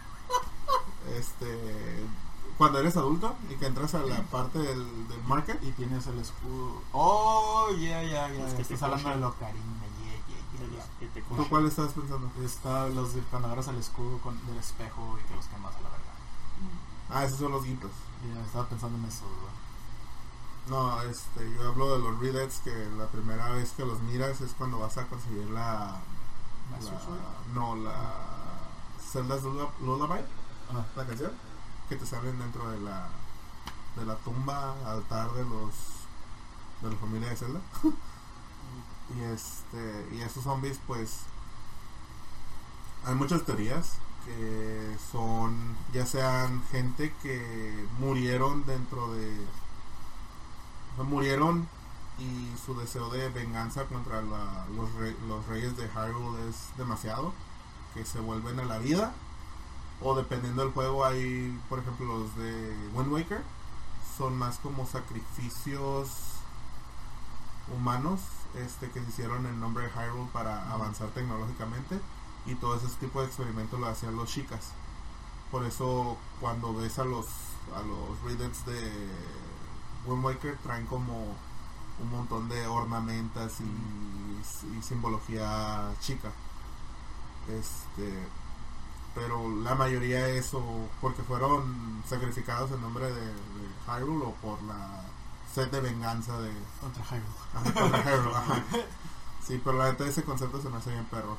Este. Cuando eres adulto y que entras a la parte del, del market. Y tienes el escudo. Oh, ya, ya, ya. Los que te Estás hablando de cogen. Locarina, yeah, yeah, De yeah, los yeah. que te ¿Tú cogen. cuál estás pensando? Está los de cuando agarras el escudo con, del espejo y que los quemas a la verga. Ah, esos son los giptos. Ya, estaba pensando en eso, güey. No, este, yo hablo de los Red Deads que la primera vez que los miras es cuando vas a conseguir la. Master Sword. la no, la. Zelda's Lulla- Lullaby, Ah, la canción, que te salen dentro de la. de la tumba, altar de los. de la familia de Zelda. Y este. y esos zombies, pues. Hay muchas teorías que son. ya sean gente que murieron dentro de. O sea, murieron y su deseo de venganza contra la- los, re- los reyes de Hyrule es demasiado, que se vuelven a la vida, o dependiendo del juego hay, por ejemplo, los de Wind Waker, son más como sacrificios humanos este que se hicieron en nombre de Hyrule para avanzar tecnológicamente, y todo ese tipo de experimentos lo hacían los chicas. Por eso cuando ves a los a los Reddits de Wind Waker traen como un montón de ornamentas y, y simbología chica. Este, pero la mayoría eso porque fueron sacrificados en nombre de, de Hyrule o por la sed de venganza de contra Hyrule. ajá, contra Hyrule, ajá. Sí, pero la neta ese concepto se me hace bien perro.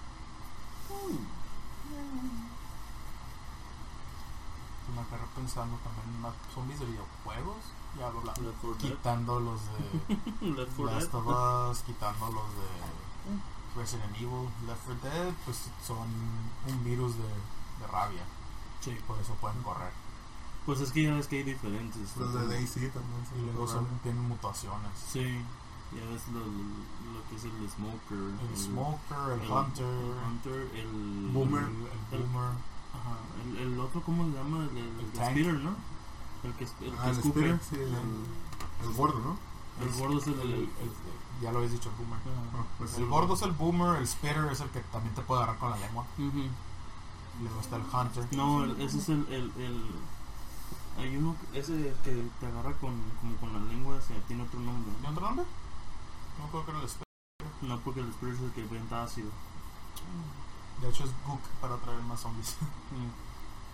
Me agarré pensando también en más zombies de videojuegos. Ya hablo la- Left four Dead. quitando los de Left four Dead. Last of Us, quitando los de Resident Evil, Left four Dead, pues son un virus de, de rabia. Sí. Por eso pueden correr. Pues es que ya ves que hay diferentes. Los de Daisy también son Y luego son, raros. tienen mutaciones. Sí. Ya ves lo, lo que es el Smoker. El Smoker, el, el- Hunter, el Hunter, el Boomer. el, el Boomer. Ajá, el, el otro, ¿cómo se llama? El, el, el Tank. Speeder, ¿no? El que, el que Ah, el escupe. Spirit, sí, el, el gordo, ¿no? El gordo es el, El- el, el- ya lo habéis dicho, el Boomer. Ajá. Ah, pues El sí. gordo es el Boomer, el Spitter es el que también te puede agarrar con la lengua. Ujú. Y luego está el Hunter. No, el- ese es el, el, el hay uno, que- ese que te agarra con, como con la lengua, se tiene otro nombre. ¿Tiene otro nombre? No creo que era el Spitter. No, porque el Spirit es el que venta ácido. De hecho es Gook para traer más zombies. Mm.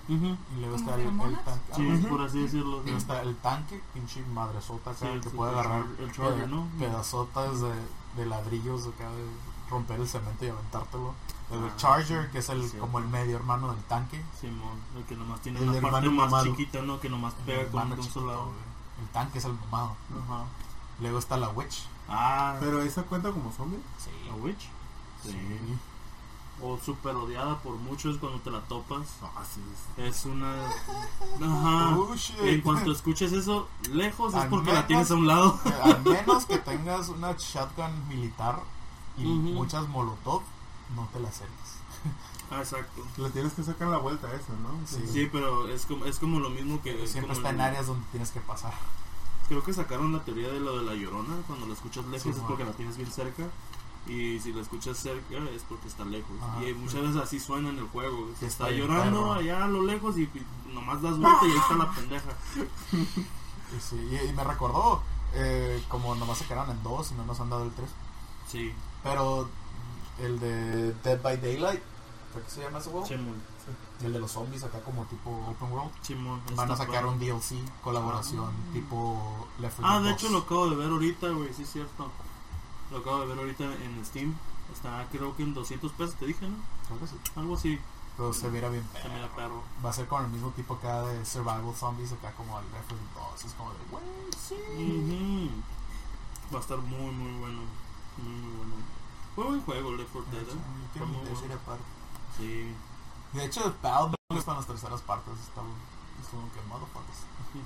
Ujú. Y luego ¿Como está el, el feromonas? tanque. Sí, algo así. por así decirlo. Luego está el tanque, pinche madresota acá, Sí, que sí, puede el agarrar char- el charger, ¿no? pedazotas de, de ladrillos acá, de romper el cemento y aventártelo. El Ah, Charger, sí, que es el sí. como el medio hermano del tanque. Simón, el que nomás tiene El una parte hermano más mamado. chiquita, ¿no? Que nomás El pega con hermano un chiquito, solo lado. güey. El tanque es el mamado. Ajá. Luego está la Witch. Ah, Pero esa cuenta como zombie. Sí. ¿la Witch? Sí. O super odiada por muchos cuando te la topas. Ah, sí. Es una... Ajá. Oh, shit. En cuanto escuches eso, lejos es Al porque la menos- tienes a un lado. Al menos que tengas una shotgun militar y Ujú. muchas molotov, no te la acerques. Ah, exacto. Le tienes que sacar la vuelta a eso, ¿no? Sí. Sí, pero es como, es como lo mismo que... es Siempre como está en el- áreas donde tienes que pasar. Creo que sacaron la teoría de lo de la llorona. Cuando la escuchas lejos Sí, es bueno. porque la tienes bien cerca. Y si la escuchas cerca es porque está lejos. Ajá, y muchas sí. veces así suena en el juego. Sí, está está bien llorando perro. allá a lo lejos y, y nomás das vuelta y ahí está la pendeja. Y, sí, y, y me recordó, eh, como nomás se quedaron en dos y no nos han dado el tres. Sí, Pero el de Dead by Daylight, ¿qué se llama ese juego? Chimón. El de los zombies acá como tipo Open World. Chimón. Van a está sacar padre. un D L C, colaboración, Ah. tipo Left four Ah, Dead de dos. hecho lo acabo de ver ahorita, güey, sí es cierto. Lo acabo de ver ahorita en Steam. Está creo que en doscientos pesos, te dije, ¿no? Creo que sí. Algo así. Pero se viera bien Se perro. mira perro. Va a ser con el mismo tipo acá de Survival Zombies, acá como el Left four Dead dos. Es como de, güey, sí. Ujú. Va a estar muy, muy bueno. Muy, muy bueno. Fue buen juego, Left four De Dead, hecho, ¿eh? yo Fue quiero muy mi tercera bueno. parte. Sí. De hecho, Valve no es para las terceras partes. Está es como que motherfuckers.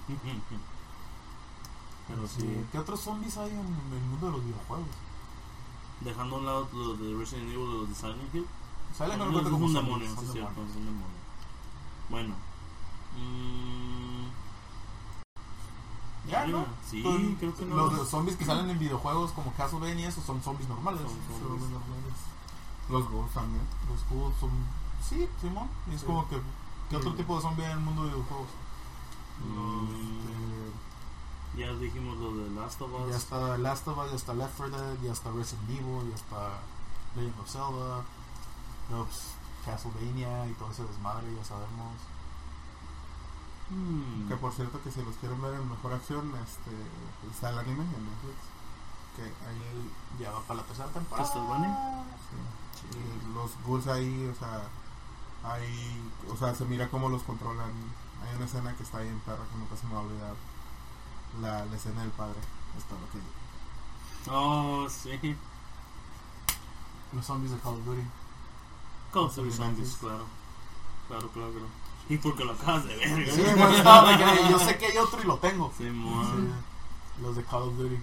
Pero sí. ¿Qué otros zombies hay en el mundo de los videojuegos? Dejando a un lado los de Resident Evil y los de Silent Hill. Silent No, Hill cuenta es como un zombies, demonio, son sí, es cierto, demonios. es un demonio. Bueno. Mm, Ya, ¿no? Sí, Son- creo que no. Los de zombies que salen en videojuegos como Castlevania, esos son zombies normales. Son Son zombies. los normales. Los Ghosts también. Los juegos son. Sí, Simón. Y es Sí. como que. ¿Qué otro Sí. tipo de zombie hay en el mundo de videojuegos? Mm, ya dijimos lo de Last of Us. Ya está Last of Us, ya está Left four Dead, ya está Resident Evil, ya está Legend of Zelda, luego, pues, Castlevania y todo ese desmadre, ya sabemos. Mm, Que por cierto que si los quieren ver en mejor acción, este está el anime en Netflix. Que ahí Ya va para la tercera temporada. ¿Castlevania? sí, y los ghouls ahí, o sea, ahí, o sea, se mira cómo los controlan. Hay una escena que está ahí en perra que nunca se me va a olvidar. La, la escena del padre. Está lo que Oh, sí. Los zombies de Call of Duty. Call of Duty Zombies. Zombies, claro. Claro, claro, claro. Y porque lo acabas de ver. Sí, pues, no, de que yo sé que hay otro y lo tengo. Sí, Sí, mon. los de Call of Duty.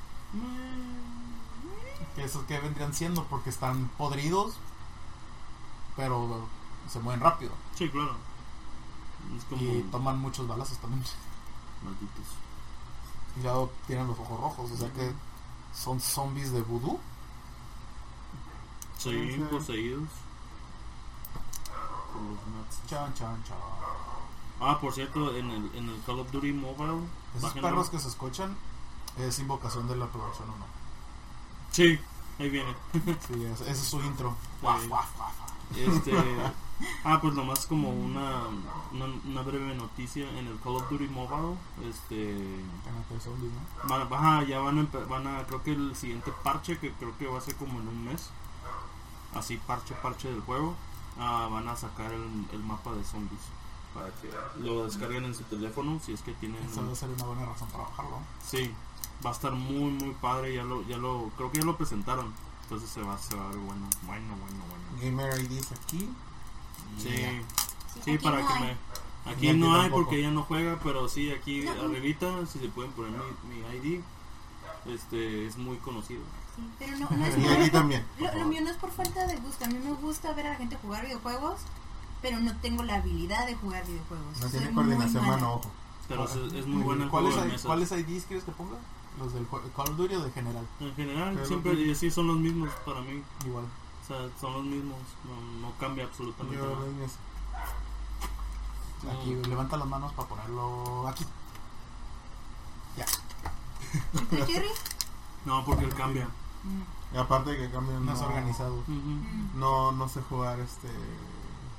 Que esos que vendrían siendo porque están podridos, pero se mueven rápido. Sí, claro. Es como Y toman muchos balazos también. malditos. Y luego tienen los ojos rojos, o sea que son zombies de vudú. Sí, Sí. poseídos. Por los nazis. Chan, chan, chan. Ah, por cierto, en el, en el Call of Duty Mobile. Esos bájenlo. perros que se escuchan es invocación de la producción uno. Sí, ahí viene. Sí, es- ese es su intro. Sí. Guaf, guaf, guaf. Este. Ah, pues nomás como una, una, una breve noticia en el Call of Duty Mobile. Este. Tengo que zombies, ¿no? Van, ajá, ya van a, empe- van a. Creo que el siguiente parche, que creo que va a ser como en un mes. Así, parche, parche del juego. Ah, van a sacar el, el mapa de zombies. Para que lo descarguen en su teléfono. Si es que tienen. Esa debe ser una buena razón para bajarlo. Sí, va a estar muy muy padre, ya lo, ya lo, creo que ya lo presentaron, entonces se va, se va a ver bueno, bueno, bueno, bueno. Gamer I Ds aquí. Sí, Yeah. sí, aquí para no que hay. me, aquí Ni aquí no hay tampoco. porque ella no juega, pero sí, aquí No. arribita, si se pueden poner mi, mi I D, este, es muy conocido. Sí, pero no, no es Y aquí también. por Lo, lo favor. mío no es por falta de gusto. A mí me gusta ver a la gente jugar videojuegos, pero no tengo la habilidad de jugar videojuegos. No Soy tiene muy coordinación mala. mano-ojo. Pero es, es muy bueno el juego ¿Cuáles, de I- mesa. ¿Cuáles I Ds quieres que ponga? ¿Los del jue- Call of Duty o de general? En general, Pero siempre, que- y sí son los mismos para mí, Igual. o sea, son los mismos, no, no cambia absolutamente Yo nada. doy mis- Aquí, Mm. levanta las manos para ponerlo aquí. Ya. ¿Y tú, Jerry? No, porque él cambia. Mm. Y aparte de que cambian, Más no, organizado. Ujú. Mm. no, no sé jugar este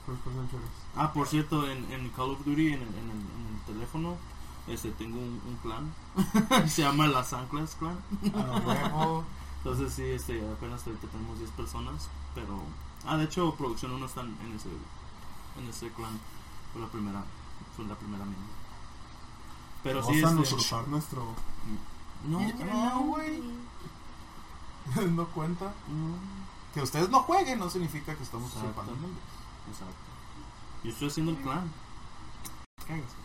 First person shooters. Ah, por cierto, en, en Call of Duty, en el, en el, en el teléfono, este, tengo un, un clan. Se llama Las Anclas Clan. A huevo. Entonces sí, este, apenas ahorita tenemos diez personas. Pero... Ah, de hecho, Producción uno está en ese, en ese clan. Fue la primera, fue la primera miembro. Pero sí, Vamos a este... usurpar nuestro... No, No, güey. No cuenta. no. Que ustedes no jueguen no significa que estamos Exacto. usurpando el mundo. Exacto. Yo estoy haciendo el clan. Cállate.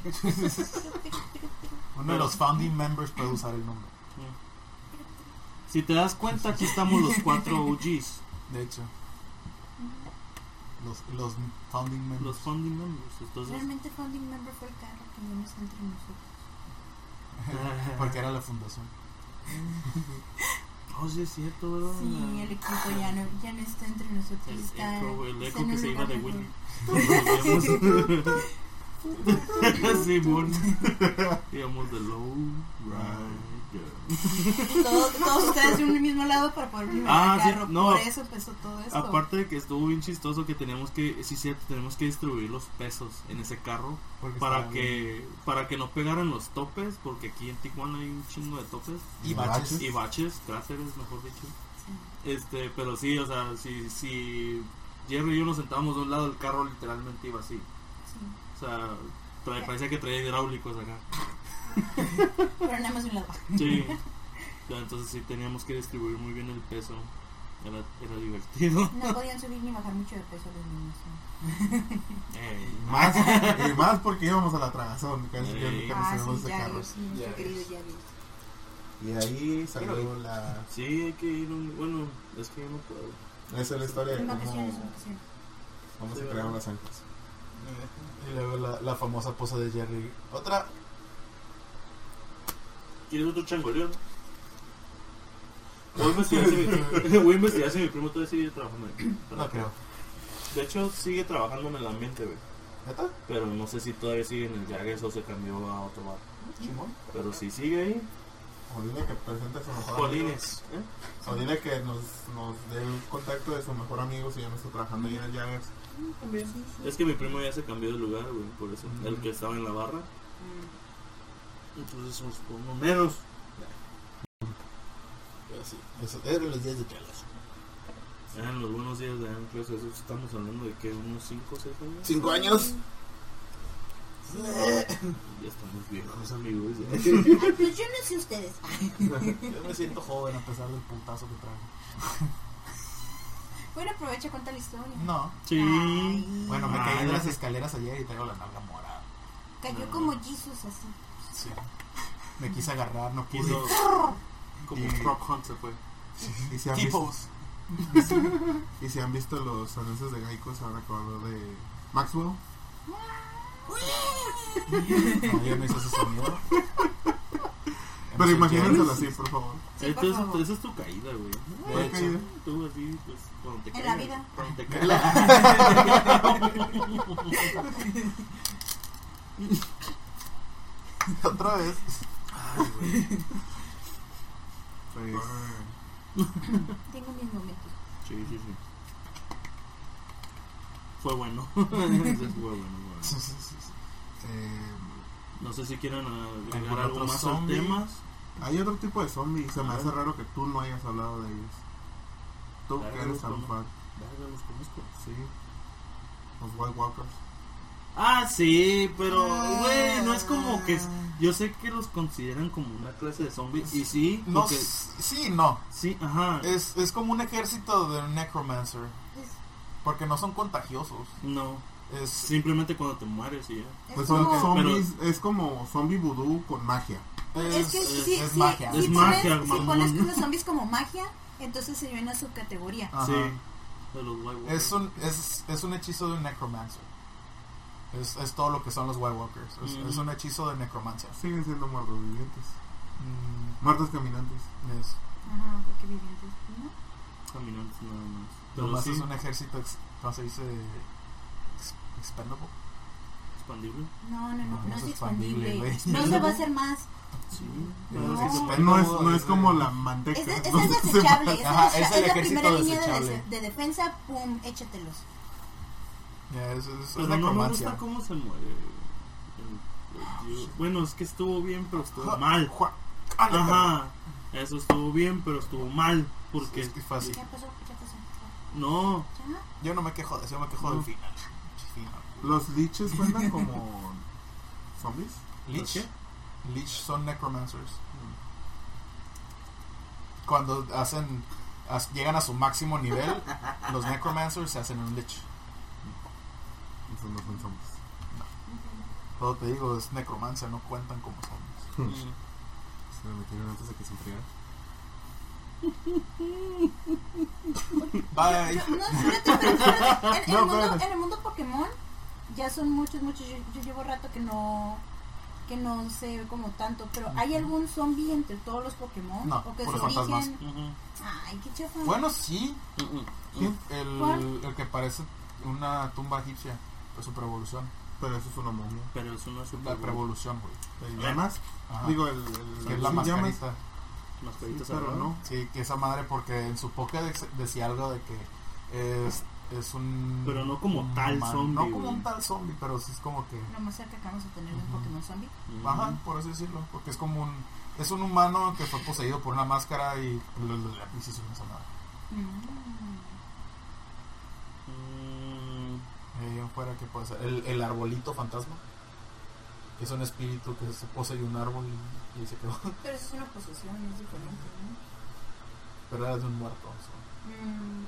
Uno de los founding members puede usar el nombre. Si te das cuenta, aquí estamos los cuatro O Gs. De hecho. Los, los founding members. Los founding members. Entonces, Realmente founding member fue el carro que no está entre nosotros. Porque era la fundación. oh, sí es cierto, ¿verdad? Sí, el equipo ya no, ya no está entre nosotros. El está, eco, el está eco en que un se iba lugar de mejor. Willy. Sí, bueno. Íbamos de low rider. Todos, todos ustedes de un mismo lado para poder vivir Ah, el sí, carro. no. Por eso empezó todo esto. Aparte de que estuvo bien chistoso que teníamos que, sí cierto, tenemos que distribuir los pesos en ese carro Porque para estaba que para que no pegaran los topes, porque aquí en Tijuana hay un chingo de topes Y baches. y baches, cráteres, mejor dicho. Sí. Este, pero sí, o sea, si si Jerry y yo nos sentábamos de un lado, el carro literalmente iba así. Sí. O sea, trae, parecía que traía hidráulicos acá. Pero nada más de un lado. Sí. Ya, entonces sí teníamos que distribuir muy bien el peso. Era, era divertido. No podían subir ni bajar mucho de peso los niños. ¿sí? Ey. Más, y más porque íbamos a la tragazón. Casi Sí. que Ah, conocemos sí, ese ya carro. sí, nuestro Ya querido ves. Yaris. Y ahí salió la... Sí, hay que ir. Un, bueno, es que yo no puedo. Esa es la historia de En cómo, vacaciones, en vacaciones. cómo Sí, se ¿verdad? crearon las anclas. Y luego la, la famosa pose de Jerry. Otra. ¿Quieres otro changoleón? Voy a investigar si mi, voy a investigar si mi primo todavía sigue trabajando ahí. No creo. De hecho, sigue trabajando en el ambiente, güey. ¿Neta? Pero no sé si todavía sigue en el Jaggers o se cambió a otro bar. Chimón. Pero si sigue ahí, O dile que presente a su mejor amigo. Polines. ¿eh? O dile que nos, nos dé el contacto de su mejor amigo si ya no está trabajando ahí en el Jaggers. También. Es que mi primo ya se cambió de lugar, güey, por eso. Mm. El que estaba en la barra. Entonces somos como menos. Pero sí, eso, eran los días de chelas. Eran los buenos días de Anclas, eso estamos hablando de que unos cinco o seis años. ¿Cinco años? Ya estamos viejos, amigos. Ay, pues yo no sé ustedes. Yo me siento joven a pesar del putazo que traigo. Bueno, aprovecha, cuenta la historia. No. Sí. Ay, Bueno, me Ah, caí de ya las sé. escaleras ayer y traigo la nalga morada. Cayó No. como Jesus así. Sí. Me quise agarrar, no pude. Quiso como Y- Prop Hunt se fue. Y si han visto, Tipos. y si han visto los anuncios de Geico, se van a acordar de Maxwell. No, yo no hice ese sonido. Pero imagínenselo Jerry. así, por favor. Sí, Esta por es, favor. esa es tu caída, güey. ¿Cuál hecho. caída? Tú así, pues, cuando te En caigas. la vida. Cuando te caigas. Otra vez. Ay, güey. Pues, Tengo mis momentos. Sí, sí, sí. Fue bueno. Ese fue bueno, bueno. eh, No sé si quieren agregar ¿Algún algo otro más zombie? al tema. hay otro tipo de zombies. Se me Ah. hace raro que tú no hayas hablado de ellos. Tú Claro, que eres los tan conozco. fan. Verga, los conozco. Sí. Los White Walkers. Ah, sí, pero, güey, no es como que... es- Yo sé que los consideran como una clase de zombies. Y sí, No, porque... s- sí, no. Sí, ajá. Es, es como un ejército de necromancer. Porque no son contagiosos. No, Es, simplemente cuando te mueres y ya. Es Pues son como- zombies, es como zombie vudú con magia. Es que es- sí, es sí, magia. sí Es pones, magia, si mamón. pones los zombies como magia, entonces se ve una subcategoría. Ajá. Sí, de los White Walkers. Es un, es, es un hechizo de un necromancer. Es, es todo lo que son los White Walkers. Es, Mm. es un hechizo de necromancia. Siguen siendo muertos vivientes. Mm, Muertos caminantes. es, Ajá, porque vivientes, ¿no? Caminantes nada más. Pero nomás sí, es un ejército, ex, ¿cómo se dice? Ex- expendable. expandible. No, no, no, No, no, no es es expandible, expandible. güey. No se va a hacer más. Sí. No, pero es sí se expendable. puede. No es, no es de- como la manteca. Ese, ese no es se desechable. sepa. ese Ajá, es, es es el la ejército primera línea de, desechable. de, de defensa, pum, échatelos. Ya, eso, eso es Pero no me necromancia. gusta cómo se muere. El- el dios. Bueno, es que estuvo bien, pero estuvo mal. Jua- Ah, no, Ajá. Eso estuvo bien, pero estuvo mal. Porque. Es que fue así. ¿Qué pasó? ¿Qué pasó? No. ¿Ya? Yo no me quejo de eso, yo me quejo No. del final. Final. ¿Los liches cuentan como zombies? Lich. ¿Qué? Lich son necromancers. Cuando hacen as- llegan a su máximo nivel, los necromancers se hacen un lich. Esos no son zombies. Todo te digo, es necromancia, no cuentan como zombies. Mm. Se me metieron antes de que se enfriara. Bye. Yo- no, espérate, pero espérate. En, en No, el mundo, espérate. en el mundo Pokémon ya son muchos, muchos. Yo, yo llevo rato que no que no sé como tanto, pero ¿hay algún zombie entre todos los Pokémon? No, ¿O que puros se fantasmas. origen? Ujú. Ay, qué chafa. Bueno, sí. Mm, mm. ¿Quién? El, ¿Cuál? el que parece una tumba egipcia de su prevolución. Pero eso es una momia. Pero eso no es La super prevolución, güey. ¿De llamas? Ajá. Digo, el, el, Que es la sí, llamas. mascarita. mascaritas Sí, pero alrededor. no. Sí, que esa madre, porque en su Pokédex decía algo de que es, es un. Pero no como un tal humano. zombie, No como güey. un tal zombie, pero sí es como que. Lo más cerca que vamos a tener de un Ujú. Pokémon zombie. Ujú. Ajá, por así decirlo. Porque es como un. Es un humano que fue poseído por una máscara y le le hizo esa madre. Mm. Mm, Ahí afuera, ¿qué puede ser? El, el arbolito fantasma. Que es un espíritu que se posee un árbol y, y se quedó. Pero eso es una posesión, es diferente, ¿no? Pero era de un muerto. so. Mm.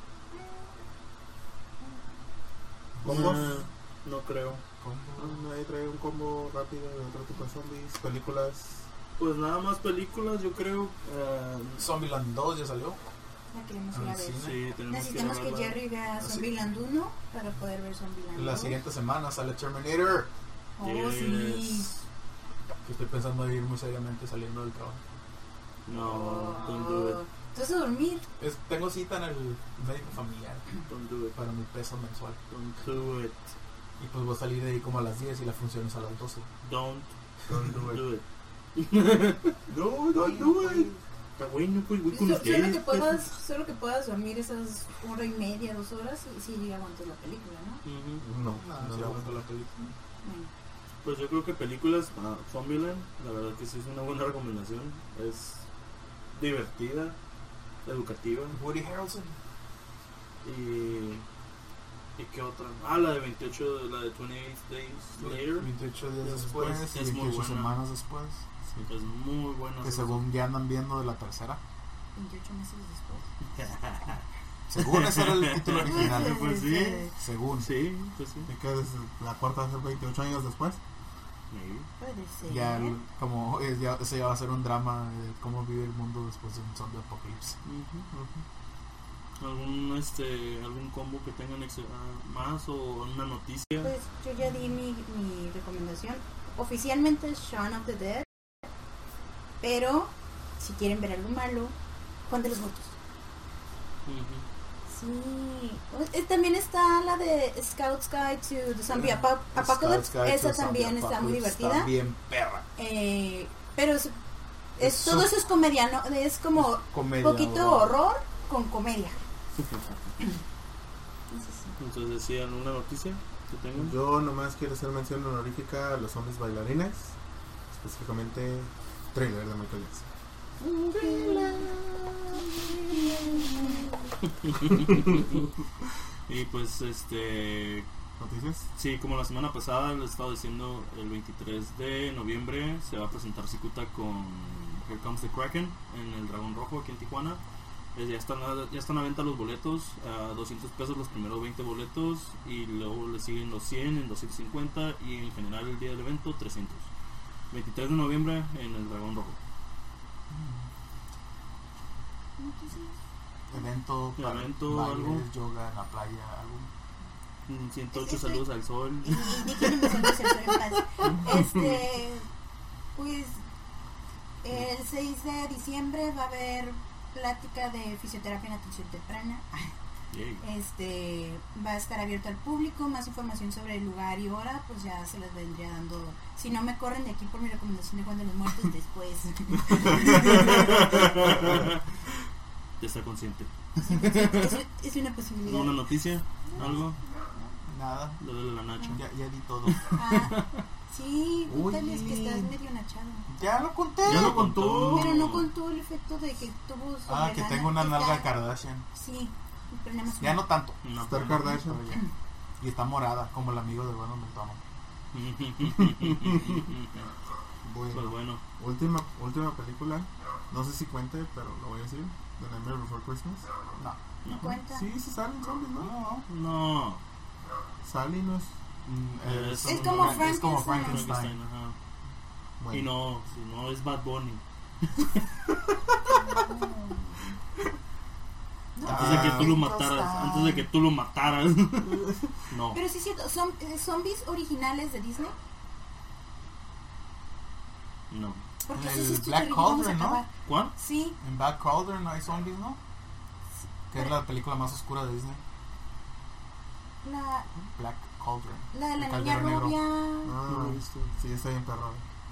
¿Combos? eh, no creo. ¿Cómo? Nadie trae un combo rápido de otro tipo de zombies, películas. Pues nada más películas, yo creo. eh, Zombieland dos ya salió. La queremos ir a Ah, ver. sí. sí, tenemos que, Necesitamos ir a que verla. Jerry vea Sí. Zombieland uno para poder ver Zombieland La dos. siguiente semana sale Terminator. Oh, sí. Yes. Que estoy pensando en ir muy seriamente saliendo del trabajo. No, don't do it. Entonces a dormir. Es, tengo cita en el médico familiar Don't do it. para mi peso mensual. Don't do it. Y pues voy a salir de ahí como a las diez y la función es a las doce. Don't Don't do it. do it. No, don't do it. Está bueno, pues voy con Solo que ustedes. puedas, solo que puedas dormir esas hora y media, dos horas y sí aguantas la película, ¿no? Ujú. No, No, no sí lo aguanto la película. Bueno. Pues yo creo que películas, ah, Zombieland, la verdad que sí es una buena recomendación. Es divertida, educativa Woody Harrelson. y... ¿Y qué otra? Ah, la de veintiocho, la de veintiocho Days Later. veintiocho días Después, después y es muy veintiocho buena. semanas después. Sí. Es muy buena. Que según ya andan viendo de la tercera. veintiocho meses después. Según ese era el título original. Pues sí. Según. Sí, pues sí. ¿Y qué es? ¿La cuarta va a ser veintiocho años después? Maybe. Puede ser. Ya, el- como eh, ya, ese ya va a ser un drama de cómo vive el mundo después de un zombie apocalipsis. ¿Algún, este, algún combo que tengan ex- ah, más o una noticia? Pues yo ya di mi, mi recomendación. Oficialmente es Shaun of the Dead. Pero si quieren ver algo malo, Juan de los Muertos. Ujú. Sí. Eh, También está la de Scout's Guide to the Zombie Apo- Apocalypse. Scout's Guide Esa to Zombie también está muy Apocalypse, divertida. Está bien perra. Eh, pero es, es- Es todo su- eso es comedia, ¿no? Es como Es comedia, poquito horror. horror con comedia. Entonces, sí. Entonces, ¿sí, alguna noticia que tengan? Yo nomás quiero hacer mención honorífica a los zombies bailarines, específicamente Thriller de Michael Jackson. Y pues, este, ¿Noticias? sí, como la semana pasada les estaba diciendo, el veintitrés de noviembre se va a presentar Cicuta con Here Comes the Kraken en el Dragón Rojo aquí en Tijuana. Eh, Ya están, a, ya están a venta los boletos a doscientos pesos los primeros veinte boletos y luego le siguen los cien en doscientos cincuenta y en general el día del evento trescientos. veintitrés de noviembre en el Dragón Rojo. Evento, para Evento, bailes, algo. yoga en la playa, algo. Mm, ciento ocho Sí, sí. saludos al sol. Y déjenme siempre ser en paz. Este, pues el seis de diciembre va a haber plática de fisioterapia en atención temprana. Yay. Este va a estar abierto al público. Más información sobre el lugar y hora, pues ya se las vendría dando. Si no me corren de aquí por mi recomendación de Juan de los Muertos después. Ya está consciente. es, es una posibilidad. ¿Una noticia? ¿Algo? Nada. Lo de la nacha. Ya, ya di todo. Ah, sí, cuéntales Oye. que estás medio nachado. Ya lo conté. Ya lo contó. Pero no contó el efecto de que tuvo sobre Ah, que la tengo una nalga. nalga Kardashian. Sí, pero nada más Ya no tanto. No, Star pero- Kardashian. Pero ya. Y está morada, como el amigo de Bueno del Tono. Pues Bueno, bueno. última, última película. No sé si cuente, pero lo voy a decir. The Nightmare Before Christmas. No. no cuenta. Sí, sí salen zombies, ¿no? No. No. Sally no es. Mm, Es- Es como es como Frankenstein. Frankenstein. Frankenstein, ajá. Bueno. Y no, si no es Bad Bunny. No. Antes de que tú lo Ah, mataras, está. antes de que tú lo mataras. No. Pero sí es cierto, ¿son eh, zombies originales de Disney? No. Porque El eso sí es Black Twitter, vamos a Cauldron, ¿no? acabar. ¿Cuál? Sí, En Bad Cauldron no hay zombies, ¿no? Que es la película más oscura de Disney. la, Black Cauldron. la de la El niña caldero negro. rubia. Ah, No lo he visto. sí, está bien perro.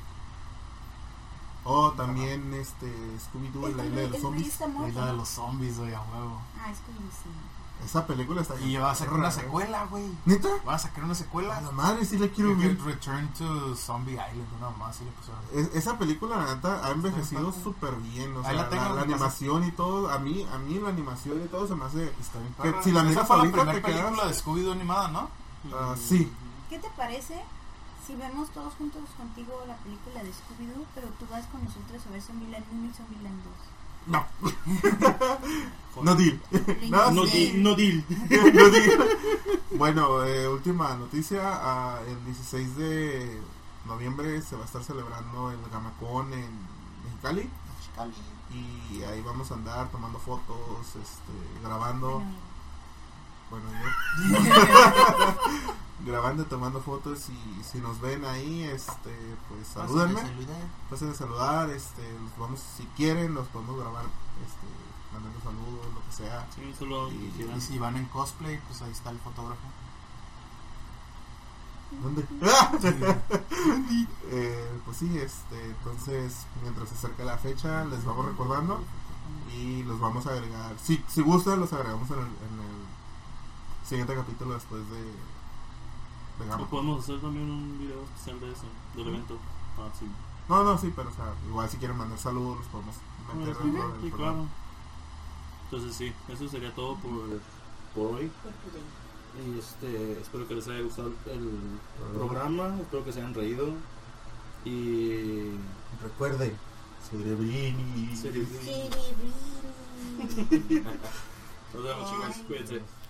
Oh, también este Scooby-Doo y la isla de los El rey zombies. está La muerto. isla de los zombies, güey, a huevo. Ah, es como sí. Esa película está bien. Y va a sacar una perra, ¿eh? secuela, güey. ¿Neta? Va a sacar una A secuela. la madre, sí la quiero Que- ver. que Return to Zombie Island, una más, sí le pusieron. Es- esa película, la neta, ha envejecido Está bien súper bien. O sea, Ahí la la, tengo, la lo que pasa- animación y todo. A mí, a mí la animación y todo se me hace. Está bien Que perra. si la Esa miras fue la ahorita primera te quedas- película de Scooby-Doo animada, ¿no? Ah, sí. ¿Qué te parece si vemos todos juntos contigo la película de Scooby-Doo, pero tú vas con nosotros a ver Zombieland uno y Zombieland dos? No. No deal. No, No, sí. di- no deal. No deal. Bueno, eh, última noticia. ah, el dieciséis de noviembre se va a estar celebrando el Gamacón en Mexicali. Y ahí vamos a andar tomando fotos, este, grabando. Bueno, Bueno, yo. Grabando, tomando fotos. Y si nos ven ahí, este, pues salúdenme. Pasen a saludar. Este, los vamos, si quieren, los podemos grabar. Este, mandando saludos, lo que sea. Sí, solo Y- quisiera. Y si van en cosplay, pues ahí está el fotógrafo. ¿Dónde? eh, pues sí, este, entonces mientras se acerca la fecha les vamos recordando y los vamos a agregar. Si, si gustan los agregamos en el, en el siguiente capítulo después de, de Gama. O podemos hacer también un video especial de eso, del evento. Ah, sí. No, no, sí, pero o sea, igual si quieren mandar saludos los podemos meter Bueno, dentro del sí, programa. claro. Entonces sí, eso sería todo por, por hoy. Y este, espero que les haya gustado el programa, espero que se hayan reído. Y Recuerden, Cerebrini. Cerebrini. Cerebrini. Nos vemos, chicos, cuídense.